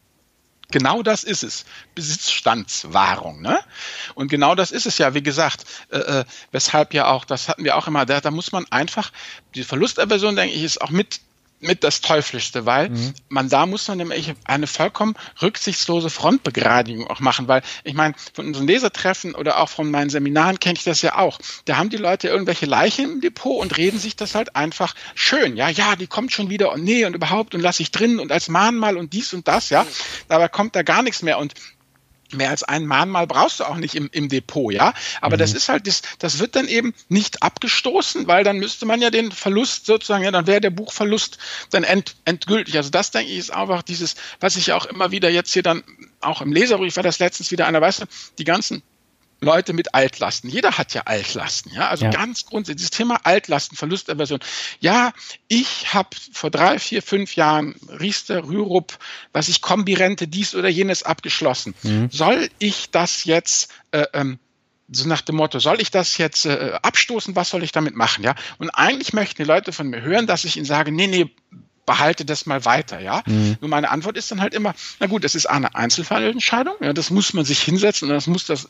Genau das ist es, Besitzstandswahrung, ne? Und genau das ist es ja, wie gesagt, äh, weshalb ja auch, das hatten wir auch immer, da, da muss man einfach, die Verlustaversion, denke ich, ist auch mit mit das Teuflischste, weil mhm. man da muss man nämlich eine vollkommen rücksichtslose Frontbegradigung auch machen, weil ich meine, von unseren Lesertreffen oder auch von meinen Seminaren kenne ich das ja auch. Da haben die Leute irgendwelche Leichen im Depot und reden sich das halt einfach schön. Ja, ja, die kommt schon wieder und nee und überhaupt und lass ich drin und als Mahnmal und dies und das, ja. Dabei kommt da gar nichts mehr und mehr als ein Mahnmal brauchst du auch nicht im, im Depot, ja. Aber mhm. das ist halt, das, das wird dann eben nicht abgestoßen, weil dann müsste man ja den Verlust sozusagen, ja, dann wäre der Buchverlust dann end, endgültig. Also das, denke ich, ist einfach dieses, was ich auch immer wieder jetzt hier dann auch im Leserbrief war das letztens wieder einer, weißt du, die ganzen Leute mit Altlasten. Jeder hat ja Altlasten, ja. Also ja. ganz grundsätzlich, dieses Thema Altlasten, Verlustaversion. Ja, ich habe vor drei, vier, fünf Jahren Riester, Rürup, was ich Kombirente, dies oder jenes abgeschlossen. Mhm. Soll ich das jetzt, äh, ähm, so nach dem Motto, soll ich das jetzt äh, abstoßen, was soll ich damit machen, ja? Und eigentlich möchten die Leute von mir hören, dass ich ihnen sage, nee, nee, behalte das mal weiter, ja. Mhm. Nur meine Antwort ist dann halt immer, na gut, es ist eine Einzelfallentscheidung, ja, das muss man sich hinsetzen und das muss das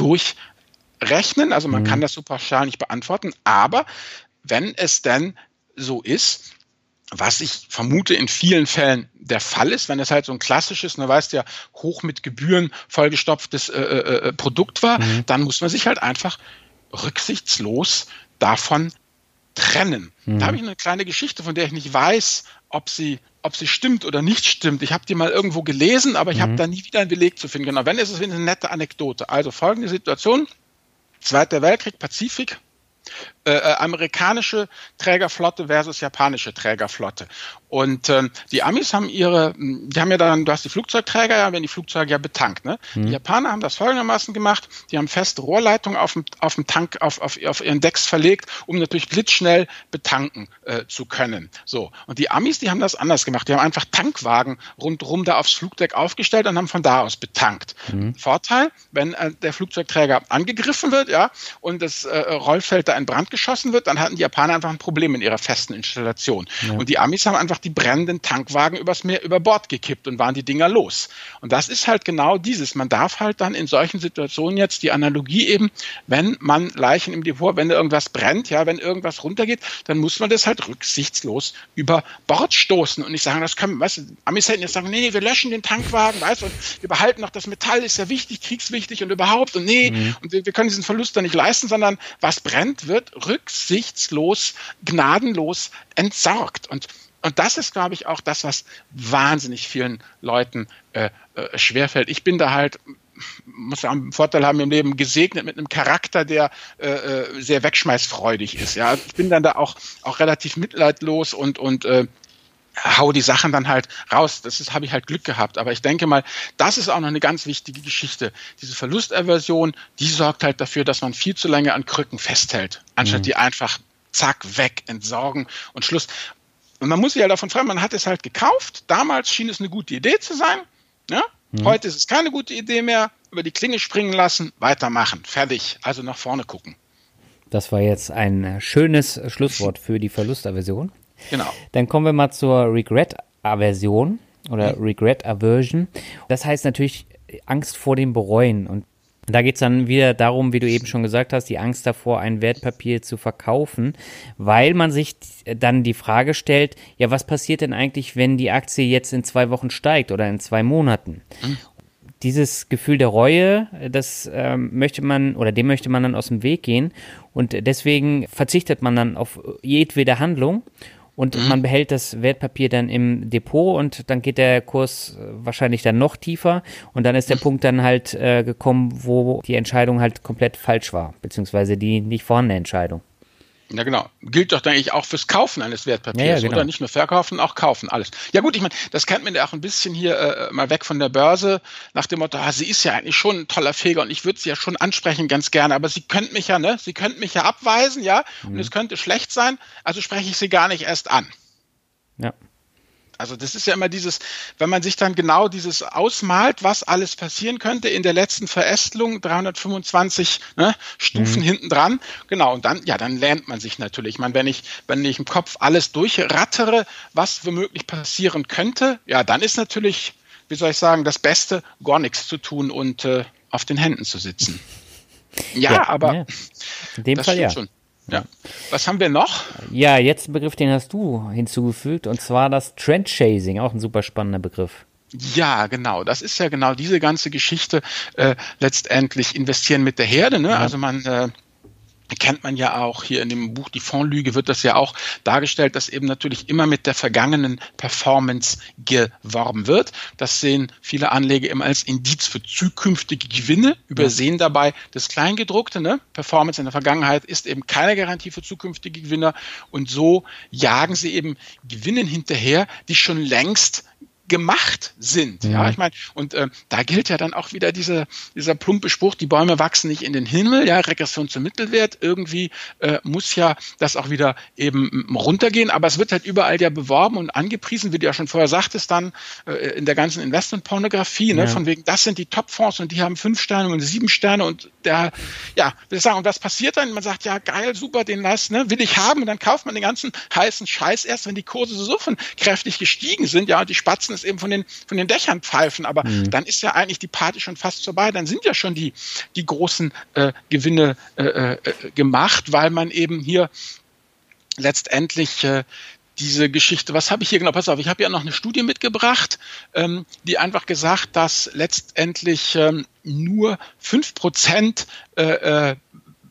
durchrechnen, also man mhm. kann das so pauschal nicht beantworten, aber wenn es denn so ist, was ich vermute in vielen Fällen der Fall ist, wenn es halt so ein klassisches, du weißt ja, hoch mit Gebühren vollgestopftes äh, äh, Produkt war, mhm. dann muss man sich halt einfach rücksichtslos davon trennen. Mhm. Da habe ich eine kleine Geschichte, von der ich nicht weiß, ob sie, ob sie stimmt oder nicht stimmt. Ich habe die mal irgendwo gelesen, aber ich mhm. habe da nie wieder einen Beleg zu finden. Genau, wenn, ist es eine nette Anekdote. Also folgende Situation, Zweiter Weltkrieg, Pazifik, äh, äh, amerikanische Trägerflotte versus japanische Trägerflotte. Und ähm, die Amis haben ihre, die haben ja dann, du hast die Flugzeugträger, ja, werden die Flugzeuge ja betankt, ne? Mhm. Die Japaner haben das folgendermaßen gemacht, die haben feste Rohrleitungen auf dem, auf dem Tank, auf, auf, auf ihren Decks verlegt, um natürlich blitzschnell betanken äh, zu können. So. Und die Amis, die haben das anders gemacht, die haben einfach Tankwagen rundherum da aufs Flugdeck aufgestellt und haben von da aus betankt. Mhm. Vorteil, wenn äh, der Flugzeugträger angegriffen wird, ja, und das äh, Rollfeld da in Brand geschossen wird, dann hatten die Japaner einfach ein Problem in ihrer festen Installation. Ja. Und die Amis haben einfach die brennenden Tankwagen übers Meer über Bord gekippt und waren die Dinger los. Und das ist halt genau dieses. Man darf halt dann in solchen Situationen jetzt die Analogie eben, wenn man Leichen im Depot, wenn irgendwas brennt, ja, wenn irgendwas runtergeht, dann muss man das halt rücksichtslos über Bord stoßen und nicht sagen, das können, weißt du, Amis hätten jetzt sagen, nee, nee, wir löschen den Tankwagen, weißt du, und wir behalten noch das Metall, ist ja wichtig, kriegswichtig und überhaupt und nee, mhm. und wir, wir können diesen Verlust dann nicht leisten, sondern was brennt, wird rücksichtslos, gnadenlos entsorgt. Und Und das ist, glaube ich, auch das, was wahnsinnig vielen Leuten äh, äh, schwerfällt. Ich bin da halt, muss ja einen Vorteil haben im Leben, gesegnet mit einem Charakter, der äh, sehr wegschmeißfreudig ist. Ja, ich bin dann da auch, auch relativ mitleidlos und, und äh, hau die Sachen dann halt raus. Das ist, habe ich halt Glück gehabt. Aber ich denke mal, das ist auch noch eine ganz wichtige Geschichte. Diese Verlustaversion, die sorgt halt dafür, dass man viel zu lange an Krücken festhält, anstatt mhm. die einfach zack, weg, entsorgen und Schluss. Und man muss sich ja davon fragen, man hat es halt gekauft. Damals schien es eine gute Idee zu sein. Ja? Mhm. Heute ist es keine gute Idee mehr. Über die Klinge springen lassen, weitermachen. Fertig. Also nach vorne gucken. Das war jetzt ein schönes Schlusswort für die Verlustaversion. Genau. Dann kommen wir mal zur Regret-Aversion oder mhm. Regret-Aversion. Das heißt natürlich Angst vor dem Bereuen. Und da geht es dann wieder darum, wie du eben schon gesagt hast, die Angst davor, ein Wertpapier zu verkaufen, weil man sich dann die Frage stellt, ja, was passiert denn eigentlich, wenn die Aktie jetzt in zwei Wochen steigt oder in zwei Monaten? Mhm. Dieses Gefühl der Reue, das ähm, möchte man oder dem möchte man dann aus dem Weg gehen und deswegen verzichtet man dann auf jedwede Handlung und mhm. man behält das Wertpapier dann im Depot und dann geht der Kurs wahrscheinlich dann noch tiefer und dann ist der mhm. Punkt dann halt äh, gekommen, wo die Entscheidung halt komplett falsch war, beziehungsweise die nicht vorhandene Entscheidung. Ja, genau. Gilt doch, denke ich, auch fürs Kaufen eines Wertpapiers, ja, ja, genau. oder? Nicht nur verkaufen, auch kaufen, alles. Ja gut, ich meine, das kennt man ja auch ein bisschen hier äh, mal weg von der Börse, nach dem Motto, ah, sie ist ja eigentlich schon ein toller Feger und ich würde sie ja schon ansprechen ganz gerne, aber sie könnte mich ja, ne, sie könnte mich ja abweisen, ja, mhm. und es könnte schlecht sein, also spreche ich sie gar nicht erst an. Ja. Also das ist ja immer dieses, wenn man sich dann genau dieses ausmalt, was alles passieren könnte in der letzten Verästelung, dreihundertfünfundzwanzig ne, Stufen mhm. hinten dran, genau, und dann, ja, dann lernt man sich natürlich. Ich meine, wenn ich, wenn ich im Kopf alles durchrattere, was womöglich passieren könnte, ja, dann ist natürlich, wie soll ich sagen, das Beste, gar nichts zu tun und äh, auf den Händen zu sitzen. Ja, ja aber ja. In dem das Fall ja. schon. Ja. Was haben wir noch? Ja, jetzt ein Begriff, den hast du hinzugefügt, und zwar das Trend Chasing, auch ein super spannender Begriff. Ja, genau. Das ist ja genau diese ganze Geschichte, äh, letztendlich investieren mit der Herde. Ne? Ja. Also man äh, kennt man ja auch hier in dem Buch Die Fondslüge wird das ja auch dargestellt, dass eben natürlich immer mit der vergangenen Performance geworben wird. Das sehen viele Anleger immer als Indiz für zukünftige Gewinne, übersehen dabei das Kleingedruckte. Ne? Performance in der Vergangenheit ist eben keine Garantie für zukünftige Gewinner und so jagen sie eben Gewinnen hinterher, die schon längst gemacht sind. Ja, ja ich meine, und äh, da gilt ja dann auch wieder diese, dieser plumpe Spruch, die Bäume wachsen nicht in den Himmel, ja, Regression zum Mittelwert, irgendwie äh, muss ja das auch wieder eben runtergehen, aber es wird halt überall ja beworben und angepriesen, wie du ja schon vorher sagtest, dann äh, in der ganzen Investmentpornografie, ne, ja. von wegen, das sind die Top-Fonds und die haben fünf Sterne und sieben Sterne und der, ja, will ich sagen, und was passiert dann? Man sagt, ja, geil, super, den Leist, ne, will ich haben und dann kauft man den ganzen heißen Scheiß erst, wenn die Kurse so von kräftig gestiegen sind, ja, und die Spatzen es eben von den, von den Dächern pfeifen, aber mhm. dann ist ja eigentlich die Party schon fast vorbei, dann sind ja schon die, die großen äh, Gewinne äh, äh, gemacht, weil man eben hier letztendlich äh, diese Geschichte, was habe ich hier genau, pass auf, ich habe ja noch eine Studie mitgebracht, ähm, die einfach gesagt, dass letztendlich ähm, nur fünf Prozent äh, äh,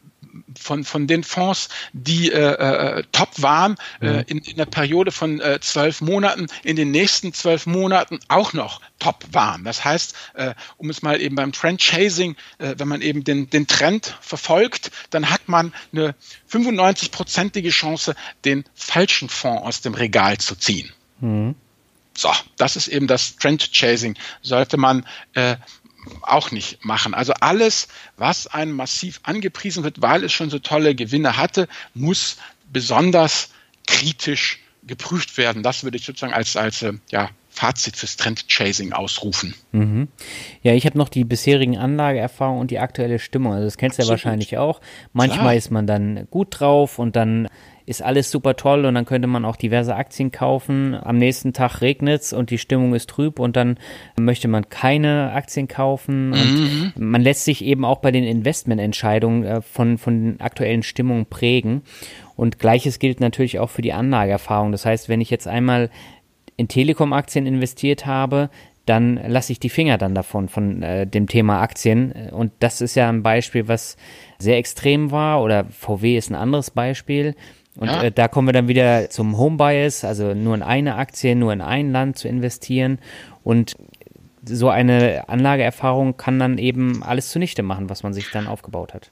von von den Fonds, die äh, äh, top waren, äh, in, in der Periode von äh, zwölf Monaten, in den nächsten zwölf Monaten auch noch top waren. Das heißt, äh, um es mal eben beim Trend Chasing, äh, wenn man eben den, den Trend verfolgt, dann hat man eine fünfundneunzig-prozentige Chance, den falschen Fonds aus dem Regal zu ziehen. Mhm. So, das ist eben das Trend Chasing. Sollte man äh, auch nicht machen. Also alles, was einem massiv angepriesen wird, weil es schon so tolle Gewinne hatte, muss besonders kritisch geprüft werden. Das würde ich sozusagen als, als äh, ja, Fazit fürs Trend-Chasing ausrufen. Mhm. Ja, ich habe noch die bisherigen Anlageerfahrungen und die aktuelle Stimmung. Also das kennst du ja wahrscheinlich auch. Manchmal Klar. ist man dann gut drauf und dann ist alles super toll und dann könnte man auch diverse Aktien kaufen. Am nächsten Tag regnet's und die Stimmung ist trüb und dann möchte man keine Aktien kaufen. Mhm. Und man lässt sich eben auch bei den Investmententscheidungen von, von den aktuellen Stimmungen prägen. Und Gleiches gilt natürlich auch für die Anlageerfahrung. Das heißt, wenn ich jetzt einmal in Telekom-Aktien investiert habe, dann lasse ich die Finger dann davon, von äh, dem Thema Aktien. Und das ist ja ein Beispiel, was sehr extrem war, oder V W ist ein anderes Beispiel. Und ja. äh, da kommen wir dann wieder zum Home Bias, also nur in eine Aktie, nur in ein Land zu investieren. Und so eine Anlageerfahrung kann dann eben alles zunichte machen, was man sich dann aufgebaut hat.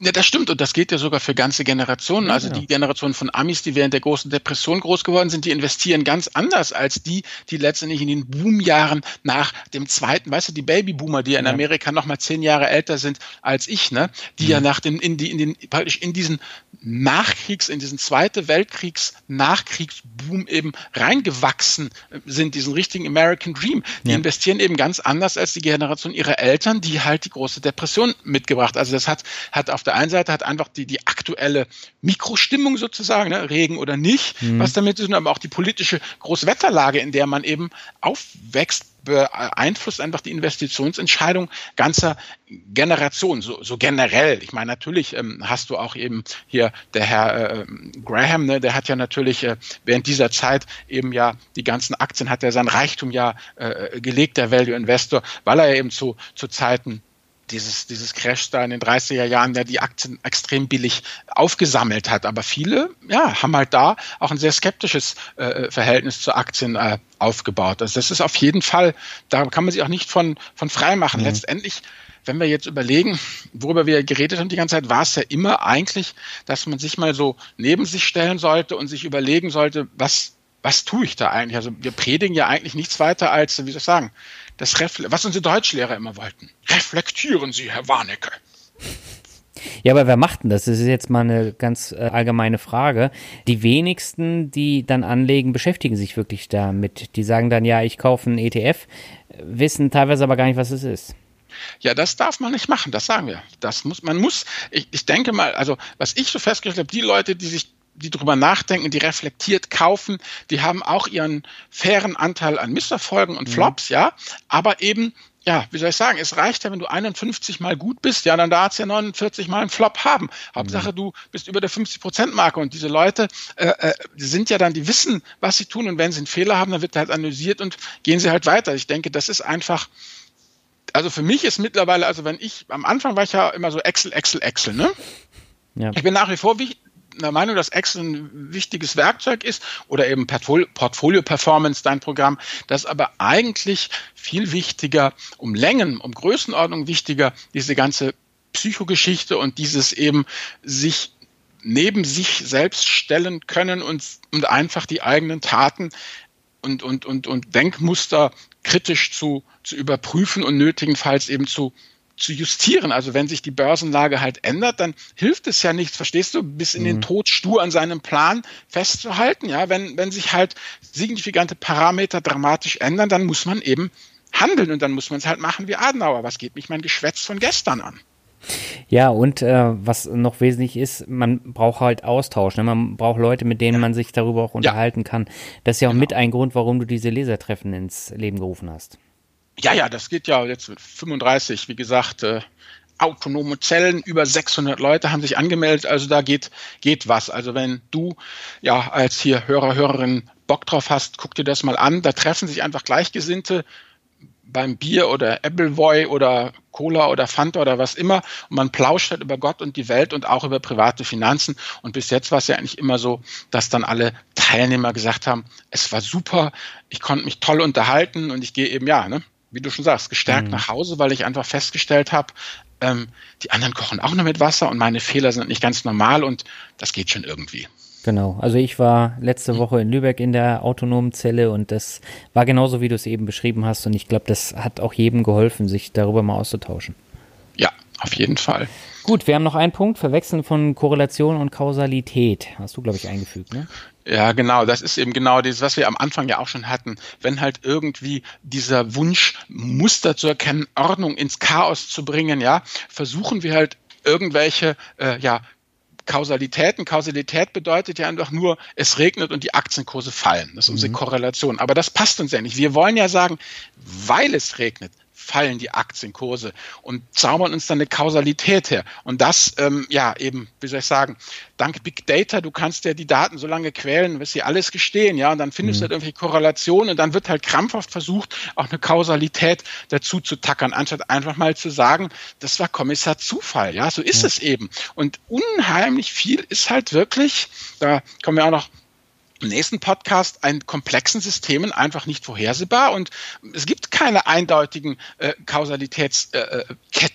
Ja, das stimmt und das gilt ja sogar für ganze Generationen. Ja, also genau. die Generation von Amis, die während der großen Depression groß geworden sind, die investieren ganz anders als die, die letztendlich in den Boomjahren nach dem zweiten, weißt du, die Babyboomer, die ja in Ja. Amerika noch mal zehn Jahre älter sind als ich, ne, die Mhm. ja nach den in die in den praktisch in diesen Nachkriegs, in diesen Zweite Weltkriegs Nachkriegsboom eben reingewachsen sind, diesen richtigen American Dream. Die Ja. investieren eben ganz anders als die Generation ihrer Eltern, die halt die große Depression mitgebracht. Also das hat hat auf der einen Seite hat einfach die, die aktuelle Mikrostimmung sozusagen, ne, Regen oder nicht, Mhm. was damit zu tun, aber auch die politische Großwetterlage, in der man eben aufwächst, beeinflusst einfach die Investitionsentscheidung ganzer Generationen, so, so generell. Ich meine, natürlich ähm, hast du auch eben hier der Herr äh, Graham, ne, der hat ja natürlich äh, während dieser Zeit eben ja die ganzen Aktien, hat er sein Reichtum ja äh, gelegt, der Value Investor, weil er eben zu, zu Zeiten dieses, dieses Crash da in den dreißiger Jahren, der die Aktien extrem billig aufgesammelt hat. Aber viele, ja, haben halt da auch ein sehr skeptisches äh, Verhältnis zu Aktien äh, aufgebaut. Also das ist auf jeden Fall, da kann man sich auch nicht von, von frei machen. Mhm. Letztendlich, wenn wir jetzt überlegen, worüber wir geredet haben die ganze Zeit, war es ja immer eigentlich, dass man sich mal so neben sich stellen sollte und sich überlegen sollte, was was tue ich da eigentlich? Also wir predigen ja eigentlich nichts weiter als, wie soll ich sagen, das Refle- was unsere Deutschlehrer immer wollten. Reflektieren Sie, Herr Warnecke. Ja, aber wer macht denn das? Das ist jetzt mal eine ganz äh, allgemeine Frage. Die wenigsten, die dann anlegen, beschäftigen sich wirklich damit. Die sagen dann, ja, ich kaufe einen E T F, wissen teilweise aber gar nicht, was es ist. Ja, das darf man nicht machen, das sagen wir. Das muss, man muss, ich, ich denke mal, also was ich so festgestellt habe, die Leute, die sich die drüber nachdenken, die reflektiert kaufen, die haben auch ihren fairen Anteil an Misserfolgen und Flops, mhm. ja, aber eben, ja, wie soll ich sagen, es reicht ja, wenn du einundfünfzig Mal gut bist, ja, dann darfst du ja neunundvierzig Mal einen Flop haben. Hauptsache, mhm. du bist über der fünfzig-Prozent-Marke und diese Leute, äh, äh, die sind ja dann, die wissen, was sie tun und wenn sie einen Fehler haben, dann wird halt analysiert und gehen sie halt weiter. Ich denke, das ist einfach, also für mich ist mittlerweile, also wenn ich, am Anfang war ich ja immer so Excel, Excel, Excel, ne? Ja. Ich bin nach wie vor wichtig, der Meinung, dass Excel ein wichtiges Werkzeug ist oder eben Portfolio Performance, dein Programm, das aber eigentlich viel wichtiger, um Längen, um Größenordnung wichtiger, diese ganze Psychogeschichte und dieses eben sich neben sich selbst stellen können und, und einfach die eigenen Taten und, und, und, und Denkmuster kritisch zu, zu überprüfen und nötigenfalls eben zu zu justieren. Also wenn sich die Börsenlage halt ändert, dann hilft es ja nichts, verstehst du, bis in mhm. den Tod stur an seinem Plan festzuhalten. Ja, wenn, wenn sich halt signifikante Parameter dramatisch ändern, dann muss man eben handeln und dann muss man es halt machen wie Adenauer. Was geht mich mein Geschwätz von gestern an? Ja, und äh, was noch wesentlich ist, man braucht halt Austausch. Ne? Man braucht Leute, mit denen ja. man sich darüber auch unterhalten ja. kann. Das ist ja auch genau. mit ein Grund, warum du diese Lesertreffen ins Leben gerufen hast. Ja, ja, das geht ja jetzt mit fünfunddreißig, wie gesagt, äh, autonome Zellen, über sechshundert Leute haben sich angemeldet, also da geht, geht was. Also wenn du ja als hier Hörer, Hörerin Bock drauf hast, guck dir das mal an, da treffen sich einfach Gleichgesinnte beim Bier oder Appleboy oder Cola oder Fanta oder was immer und man plauscht halt über Gott und die Welt und auch über private Finanzen und bis jetzt war es ja eigentlich immer so, dass dann alle Teilnehmer gesagt haben, es war super, ich konnte mich toll unterhalten und ich gehe eben, ja, ne, wie du schon sagst, gestärkt mhm. nach Hause, weil ich einfach festgestellt habe, ähm, die anderen kochen auch nur mit Wasser und meine Fehler sind nicht ganz normal und das geht schon irgendwie. Genau, also ich war letzte Woche in Lübeck in der autonomen Zelle und das war genauso, wie du es eben beschrieben hast und ich glaube, das hat auch jedem geholfen, sich darüber mal auszutauschen. Ja, auf jeden Fall. Gut, wir haben noch einen Punkt, Verwechseln von Korrelation und Kausalität, hast du, glaube ich, eingefügt, ne? Ja, genau. Das ist eben genau das, was wir am Anfang ja auch schon hatten. Wenn halt irgendwie dieser Wunsch, Muster zu erkennen, Ordnung ins Chaos zu bringen, ja, versuchen wir halt irgendwelche, äh, ja, Kausalitäten. Kausalität bedeutet ja einfach nur, es regnet und die Aktienkurse fallen. Das ist unsere mhm. Korrelation. Aber das passt uns ja nicht. Wir wollen ja sagen, weil es regnet, fallen die Aktienkurse und zaubern uns dann eine Kausalität her. Und das, ähm, ja, eben, wie soll ich sagen, dank Big Data, du kannst ja die Daten so lange quälen, bis sie alles gestehen, ja, und dann findest mhm. du halt irgendwelche Korrelationen und dann wird halt krampfhaft versucht, auch eine Kausalität dazu zu tackern, anstatt einfach mal zu sagen, das war Kommissar Zufall, ja, so ist mhm. es eben. Und unheimlich viel ist halt wirklich, da kommen wir auch noch im nächsten Podcast, ein komplexen Systemen einfach nicht vorhersehbar und es gibt keine eindeutigen äh, Kausalitätsketten, äh,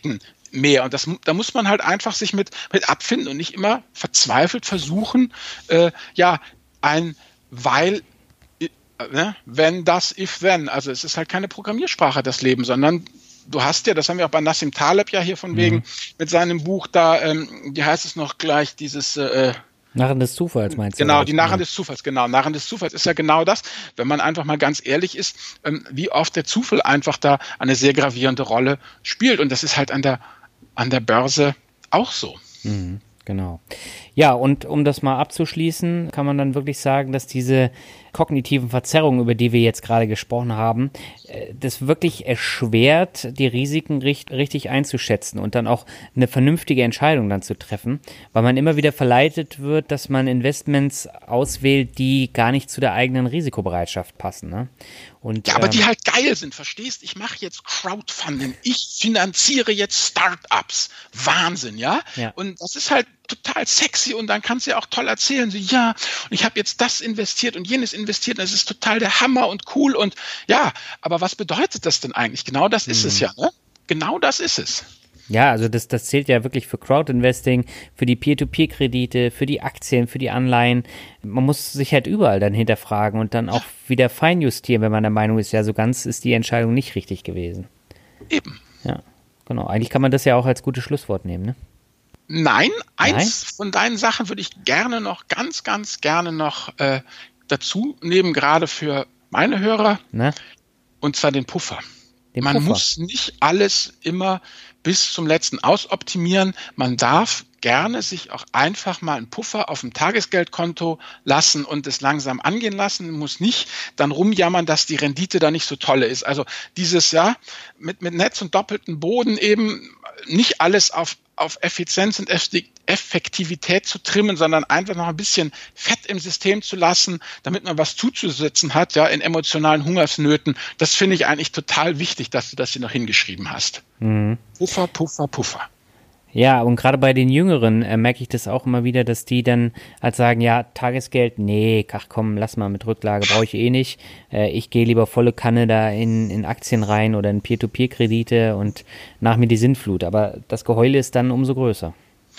mehr. Und das, da muss man halt einfach sich mit, mit abfinden und nicht immer verzweifelt versuchen, äh, ja, ein weil, äh, ne, wenn das, if then. Also es ist halt keine Programmiersprache, das Leben, sondern du hast ja, das haben wir auch bei Nassim Taleb ja hier von mhm. wegen, mit seinem Buch da, ähm, wie heißt es noch gleich, dieses äh, Narren des Zufalls meinst du? Genau, die Narren des Zufalls, genau. Narren des Zufalls ist ja genau das, wenn man einfach mal ganz ehrlich ist, ähm, wie oft der Zufall einfach da eine sehr gravierende Rolle spielt. Und das ist halt an der, an der Börse auch so. Mhm, genau. Ja, und um das mal abzuschließen, kann man dann wirklich sagen, dass diese kognitiven Verzerrungen, über die wir jetzt gerade gesprochen haben, das wirklich erschwert, die Risiken richt- richtig einzuschätzen und dann auch eine vernünftige Entscheidung dann zu treffen, weil man immer wieder verleitet wird, dass man Investments auswählt, die gar nicht zu der eigenen Risikobereitschaft passen. Ne? Und, ja, aber ähm, die halt geil sind, verstehst? Ich mache jetzt Crowdfunding, ich finanziere jetzt Startups. Wahnsinn, ja? ja? Und das ist halt total sexy und dann kannst du ja auch toll erzählen, so ja, und ich habe jetzt das investiert und jenes investiert und das ist total der Hammer und cool und ja, aber was bedeutet das denn eigentlich? Genau das ist mhm. es ja, ne? Genau das ist es. Ja, also das, das zählt ja wirklich für Crowdinvesting, für die Peer-to-Peer-Kredite, für die Aktien, für die Anleihen. Man muss sich halt überall dann hinterfragen und dann auch wieder feinjustieren, wenn man der Meinung ist, ja, so ganz ist die Entscheidung nicht richtig gewesen. Eben. Ja, genau. Eigentlich kann man das ja auch als gutes Schlusswort nehmen, ne? Nein, eins Nein? von deinen Sachen würde ich gerne noch, ganz, ganz gerne noch äh, dazu nehmen, gerade für meine Hörer, Na? und zwar den Puffer. Den Man Puffer. muss nicht alles immer bis zum letzten ausoptimieren. Man darf gerne sich auch einfach mal einen Puffer auf dem Tagesgeldkonto lassen und es langsam angehen lassen. Man muss nicht dann rumjammern, dass die Rendite da nicht so tolle ist. Also dieses, ja, mit, mit Netz und doppelten Boden eben nicht alles auf auf Effizienz und Effektivität zu trimmen, sondern einfach noch ein bisschen Fett im System zu lassen, damit man was zuzusetzen hat, ja, in emotionalen Hungersnöten. Das finde ich eigentlich total wichtig, dass du das hier noch hingeschrieben hast. Mhm. Puffer, Puffer, Puffer. Ja, und gerade bei den Jüngeren äh, merke ich das auch immer wieder, dass die dann halt sagen, ja, Tagesgeld, nee, ach komm, lass mal mit Rücklage, brauche ich eh nicht. Äh, ich gehe lieber volle Kanne da in, in Aktien rein oder in Peer-to-Peer-Kredite und nach mir die Sintflut. Aber das Geheule ist dann umso größer.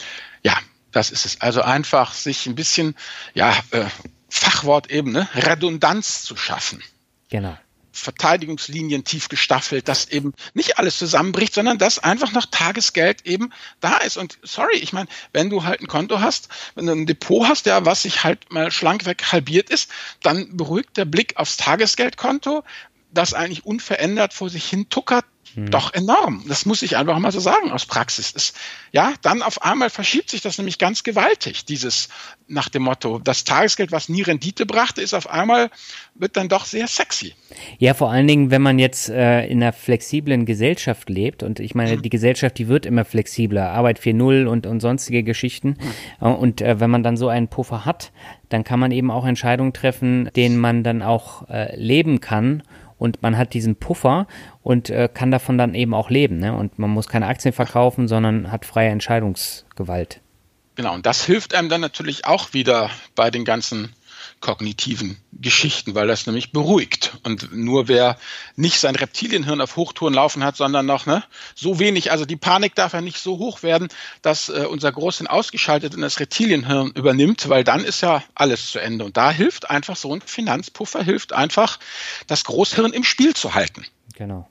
Ja, das ist es. Also einfach sich ein bisschen, ja, äh, Fachwort eben, ne, Redundanz zu schaffen. Genau. Verteidigungslinien tief gestaffelt, dass eben nicht alles zusammenbricht, sondern dass einfach noch Tagesgeld eben da ist. Und sorry, ich meine, wenn du halt ein Konto hast, wenn du ein Depot hast, ja, was sich halt mal schlankweg halbiert ist, dann beruhigt der Blick aufs Tagesgeldkonto, das eigentlich unverändert vor sich hin tuckert, hm. doch enorm. Das muss ich einfach mal so sagen aus Praxis. Es, ja, dann auf einmal verschiebt sich das nämlich ganz gewaltig, dieses nach dem Motto, das Tagesgeld, was nie Rendite brachte, ist auf einmal, wird dann doch sehr sexy. Ja, vor allen Dingen, wenn man jetzt äh, in einer flexiblen Gesellschaft lebt und ich meine, mhm. die Gesellschaft, die wird immer flexibler, Arbeit vier Punkt null und, und sonstige Geschichten mhm. und äh, wenn man dann so einen Puffer hat, dann kann man eben auch Entscheidungen treffen, denen man dann auch äh, leben kann. Und man hat diesen Puffer und äh, kann davon dann eben auch leben. Ne? Und man muss keine Aktien verkaufen, sondern hat freie Entscheidungsgewalt. Genau, und das hilft einem dann natürlich auch wieder bei den ganzen kognitiven Geschichten, weil das nämlich beruhigt. Und nur wer nicht sein Reptilienhirn auf Hochtouren laufen hat, sondern noch ne, so wenig, also die Panik darf ja nicht so hoch werden, dass äh, unser Großhirn ausgeschaltet und das Reptilienhirn übernimmt, weil dann ist ja alles zu Ende. Und da hilft einfach so ein Finanzpuffer, hilft einfach, das Großhirn im Spiel zu halten. Genau.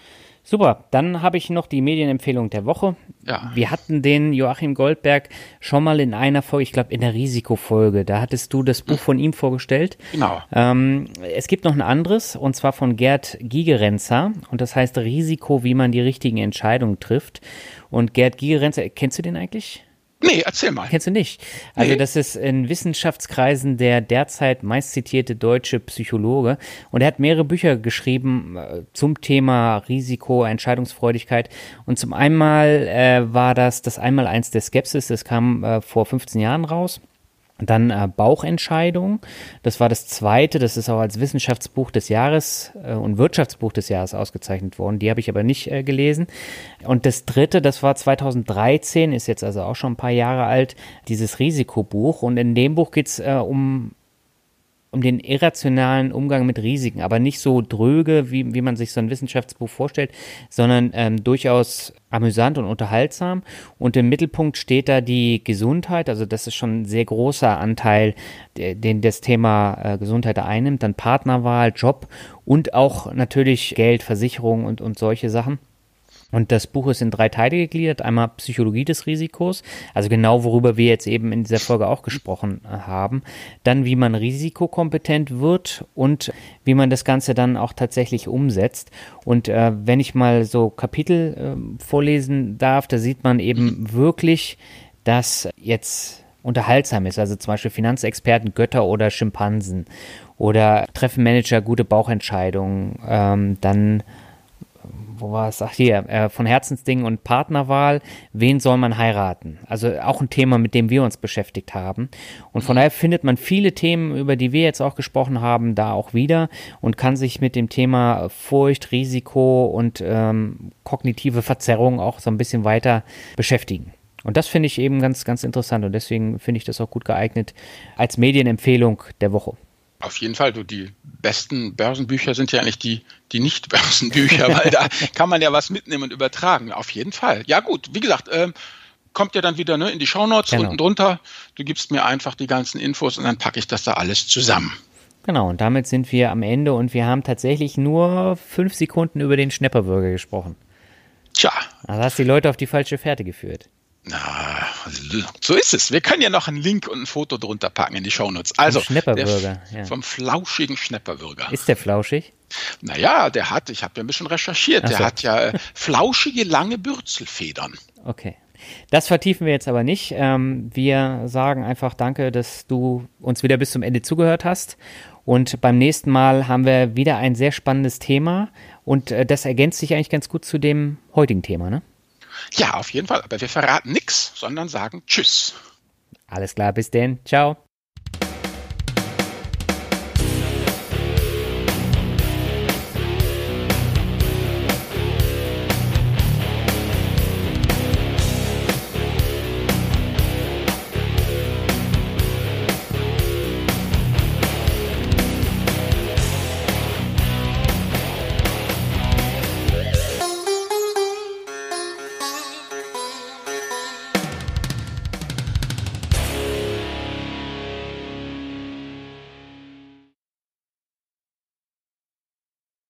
Super, dann habe ich noch die Medienempfehlung der Woche. Ja. Wir hatten den Joachim Goldberg schon mal in einer Folge, ich glaube in der Risikofolge, da hattest du das Buch von ihm vorgestellt. Genau. Ähm, es gibt noch ein anderes, und zwar von Gerd Gigerenzer, und das heißt Risiko, wie man die richtigen Entscheidungen trifft. Und Gerd Gigerenzer, kennst du den eigentlich? Nee, erzähl mal. Kennst du nicht? Also nee. Das ist in Wissenschaftskreisen der derzeit meistzitierte deutsche Psychologe und er hat mehrere Bücher geschrieben äh, zum Thema Risiko, Entscheidungsfreudigkeit und zum einmal äh, war das das Einmaleins der Skepsis, das kam äh, vor fünfzehn Jahren raus. Dann äh, Bauchentscheidung, das war das zweite, das ist auch als Wissenschaftsbuch des Jahres äh, und Wirtschaftsbuch des Jahres ausgezeichnet worden, die habe ich aber nicht äh, gelesen. Und das dritte, das war zweitausenddreizehn, ist jetzt also auch schon ein paar Jahre alt, dieses Risikobuch und in dem Buch geht es äh, um um den irrationalen Umgang mit Risiken, aber nicht so dröge, wie, wie man sich so ein Wissenschaftsbuch vorstellt, sondern ähm, durchaus amüsant und unterhaltsam. Und im Mittelpunkt steht da die Gesundheit, also das ist schon ein sehr großer Anteil, den das Thema äh, Gesundheit einnimmt, dann Partnerwahl, Job und auch natürlich Geld, Versicherung und, und solche Sachen. Und das Buch ist in drei Teile gegliedert. Einmal Psychologie des Risikos, also genau worüber wir jetzt eben in dieser Folge auch gesprochen haben. Dann, wie man risikokompetent wird und wie man das Ganze dann auch tatsächlich umsetzt. Und äh, wenn ich mal so Kapitel äh, vorlesen darf, da sieht man eben wirklich, dass jetzt unterhaltsam ist. Also zum Beispiel Finanzexperten, Götter oder Schimpansen. Oder treffen Manager gute Bauchentscheidungen. Ähm, dann Wo war es? Ach hier, äh, von Herzensdingen und Partnerwahl, wen soll man heiraten? Also auch ein Thema, mit dem wir uns beschäftigt haben. Und von daher findet man viele Themen, über die wir jetzt auch gesprochen haben, da auch wieder und kann sich mit dem Thema Furcht, Risiko und ähm, kognitive Verzerrung auch so ein bisschen weiter beschäftigen. Und das finde ich eben ganz, ganz interessant und deswegen finde ich das auch gut geeignet als Medienempfehlung der Woche. Auf jeden Fall, du, die besten Börsenbücher sind ja eigentlich die, die Nicht-Börsenbücher, weil da kann man ja was mitnehmen und übertragen. Auf jeden Fall. Ja gut, wie gesagt, ähm, kommt ja dann wieder ne, in die Shownotes genau. Unten drunter. Du gibst mir einfach die ganzen Infos und dann packe ich das da alles zusammen. Genau, und damit sind wir am Ende und wir haben tatsächlich nur fünf Sekunden über den Schnepperbürger gesprochen. Tja. Also hast du die Leute auf die falsche Fährte geführt. Na, so ist es. Wir können ja noch einen Link und ein Foto drunter packen in die Shownotes. Also, Schnepperbürger, der, ja. Vom flauschigen Schnepperbürger. Ist der flauschig? Naja, der hat, ich habe ja ein bisschen recherchiert, so. Der hat ja äh, flauschige, lange Bürzelfedern. Okay. Das vertiefen wir jetzt aber nicht. Ähm, wir sagen einfach danke, dass du uns wieder bis zum Ende zugehört hast. Und beim nächsten Mal haben wir wieder ein sehr spannendes Thema. Und äh, das ergänzt sich eigentlich ganz gut zu dem heutigen Thema, ne? Ja, auf jeden Fall. Aber wir verraten nichts, sondern sagen Tschüss. Alles klar, bis denn. Ciao.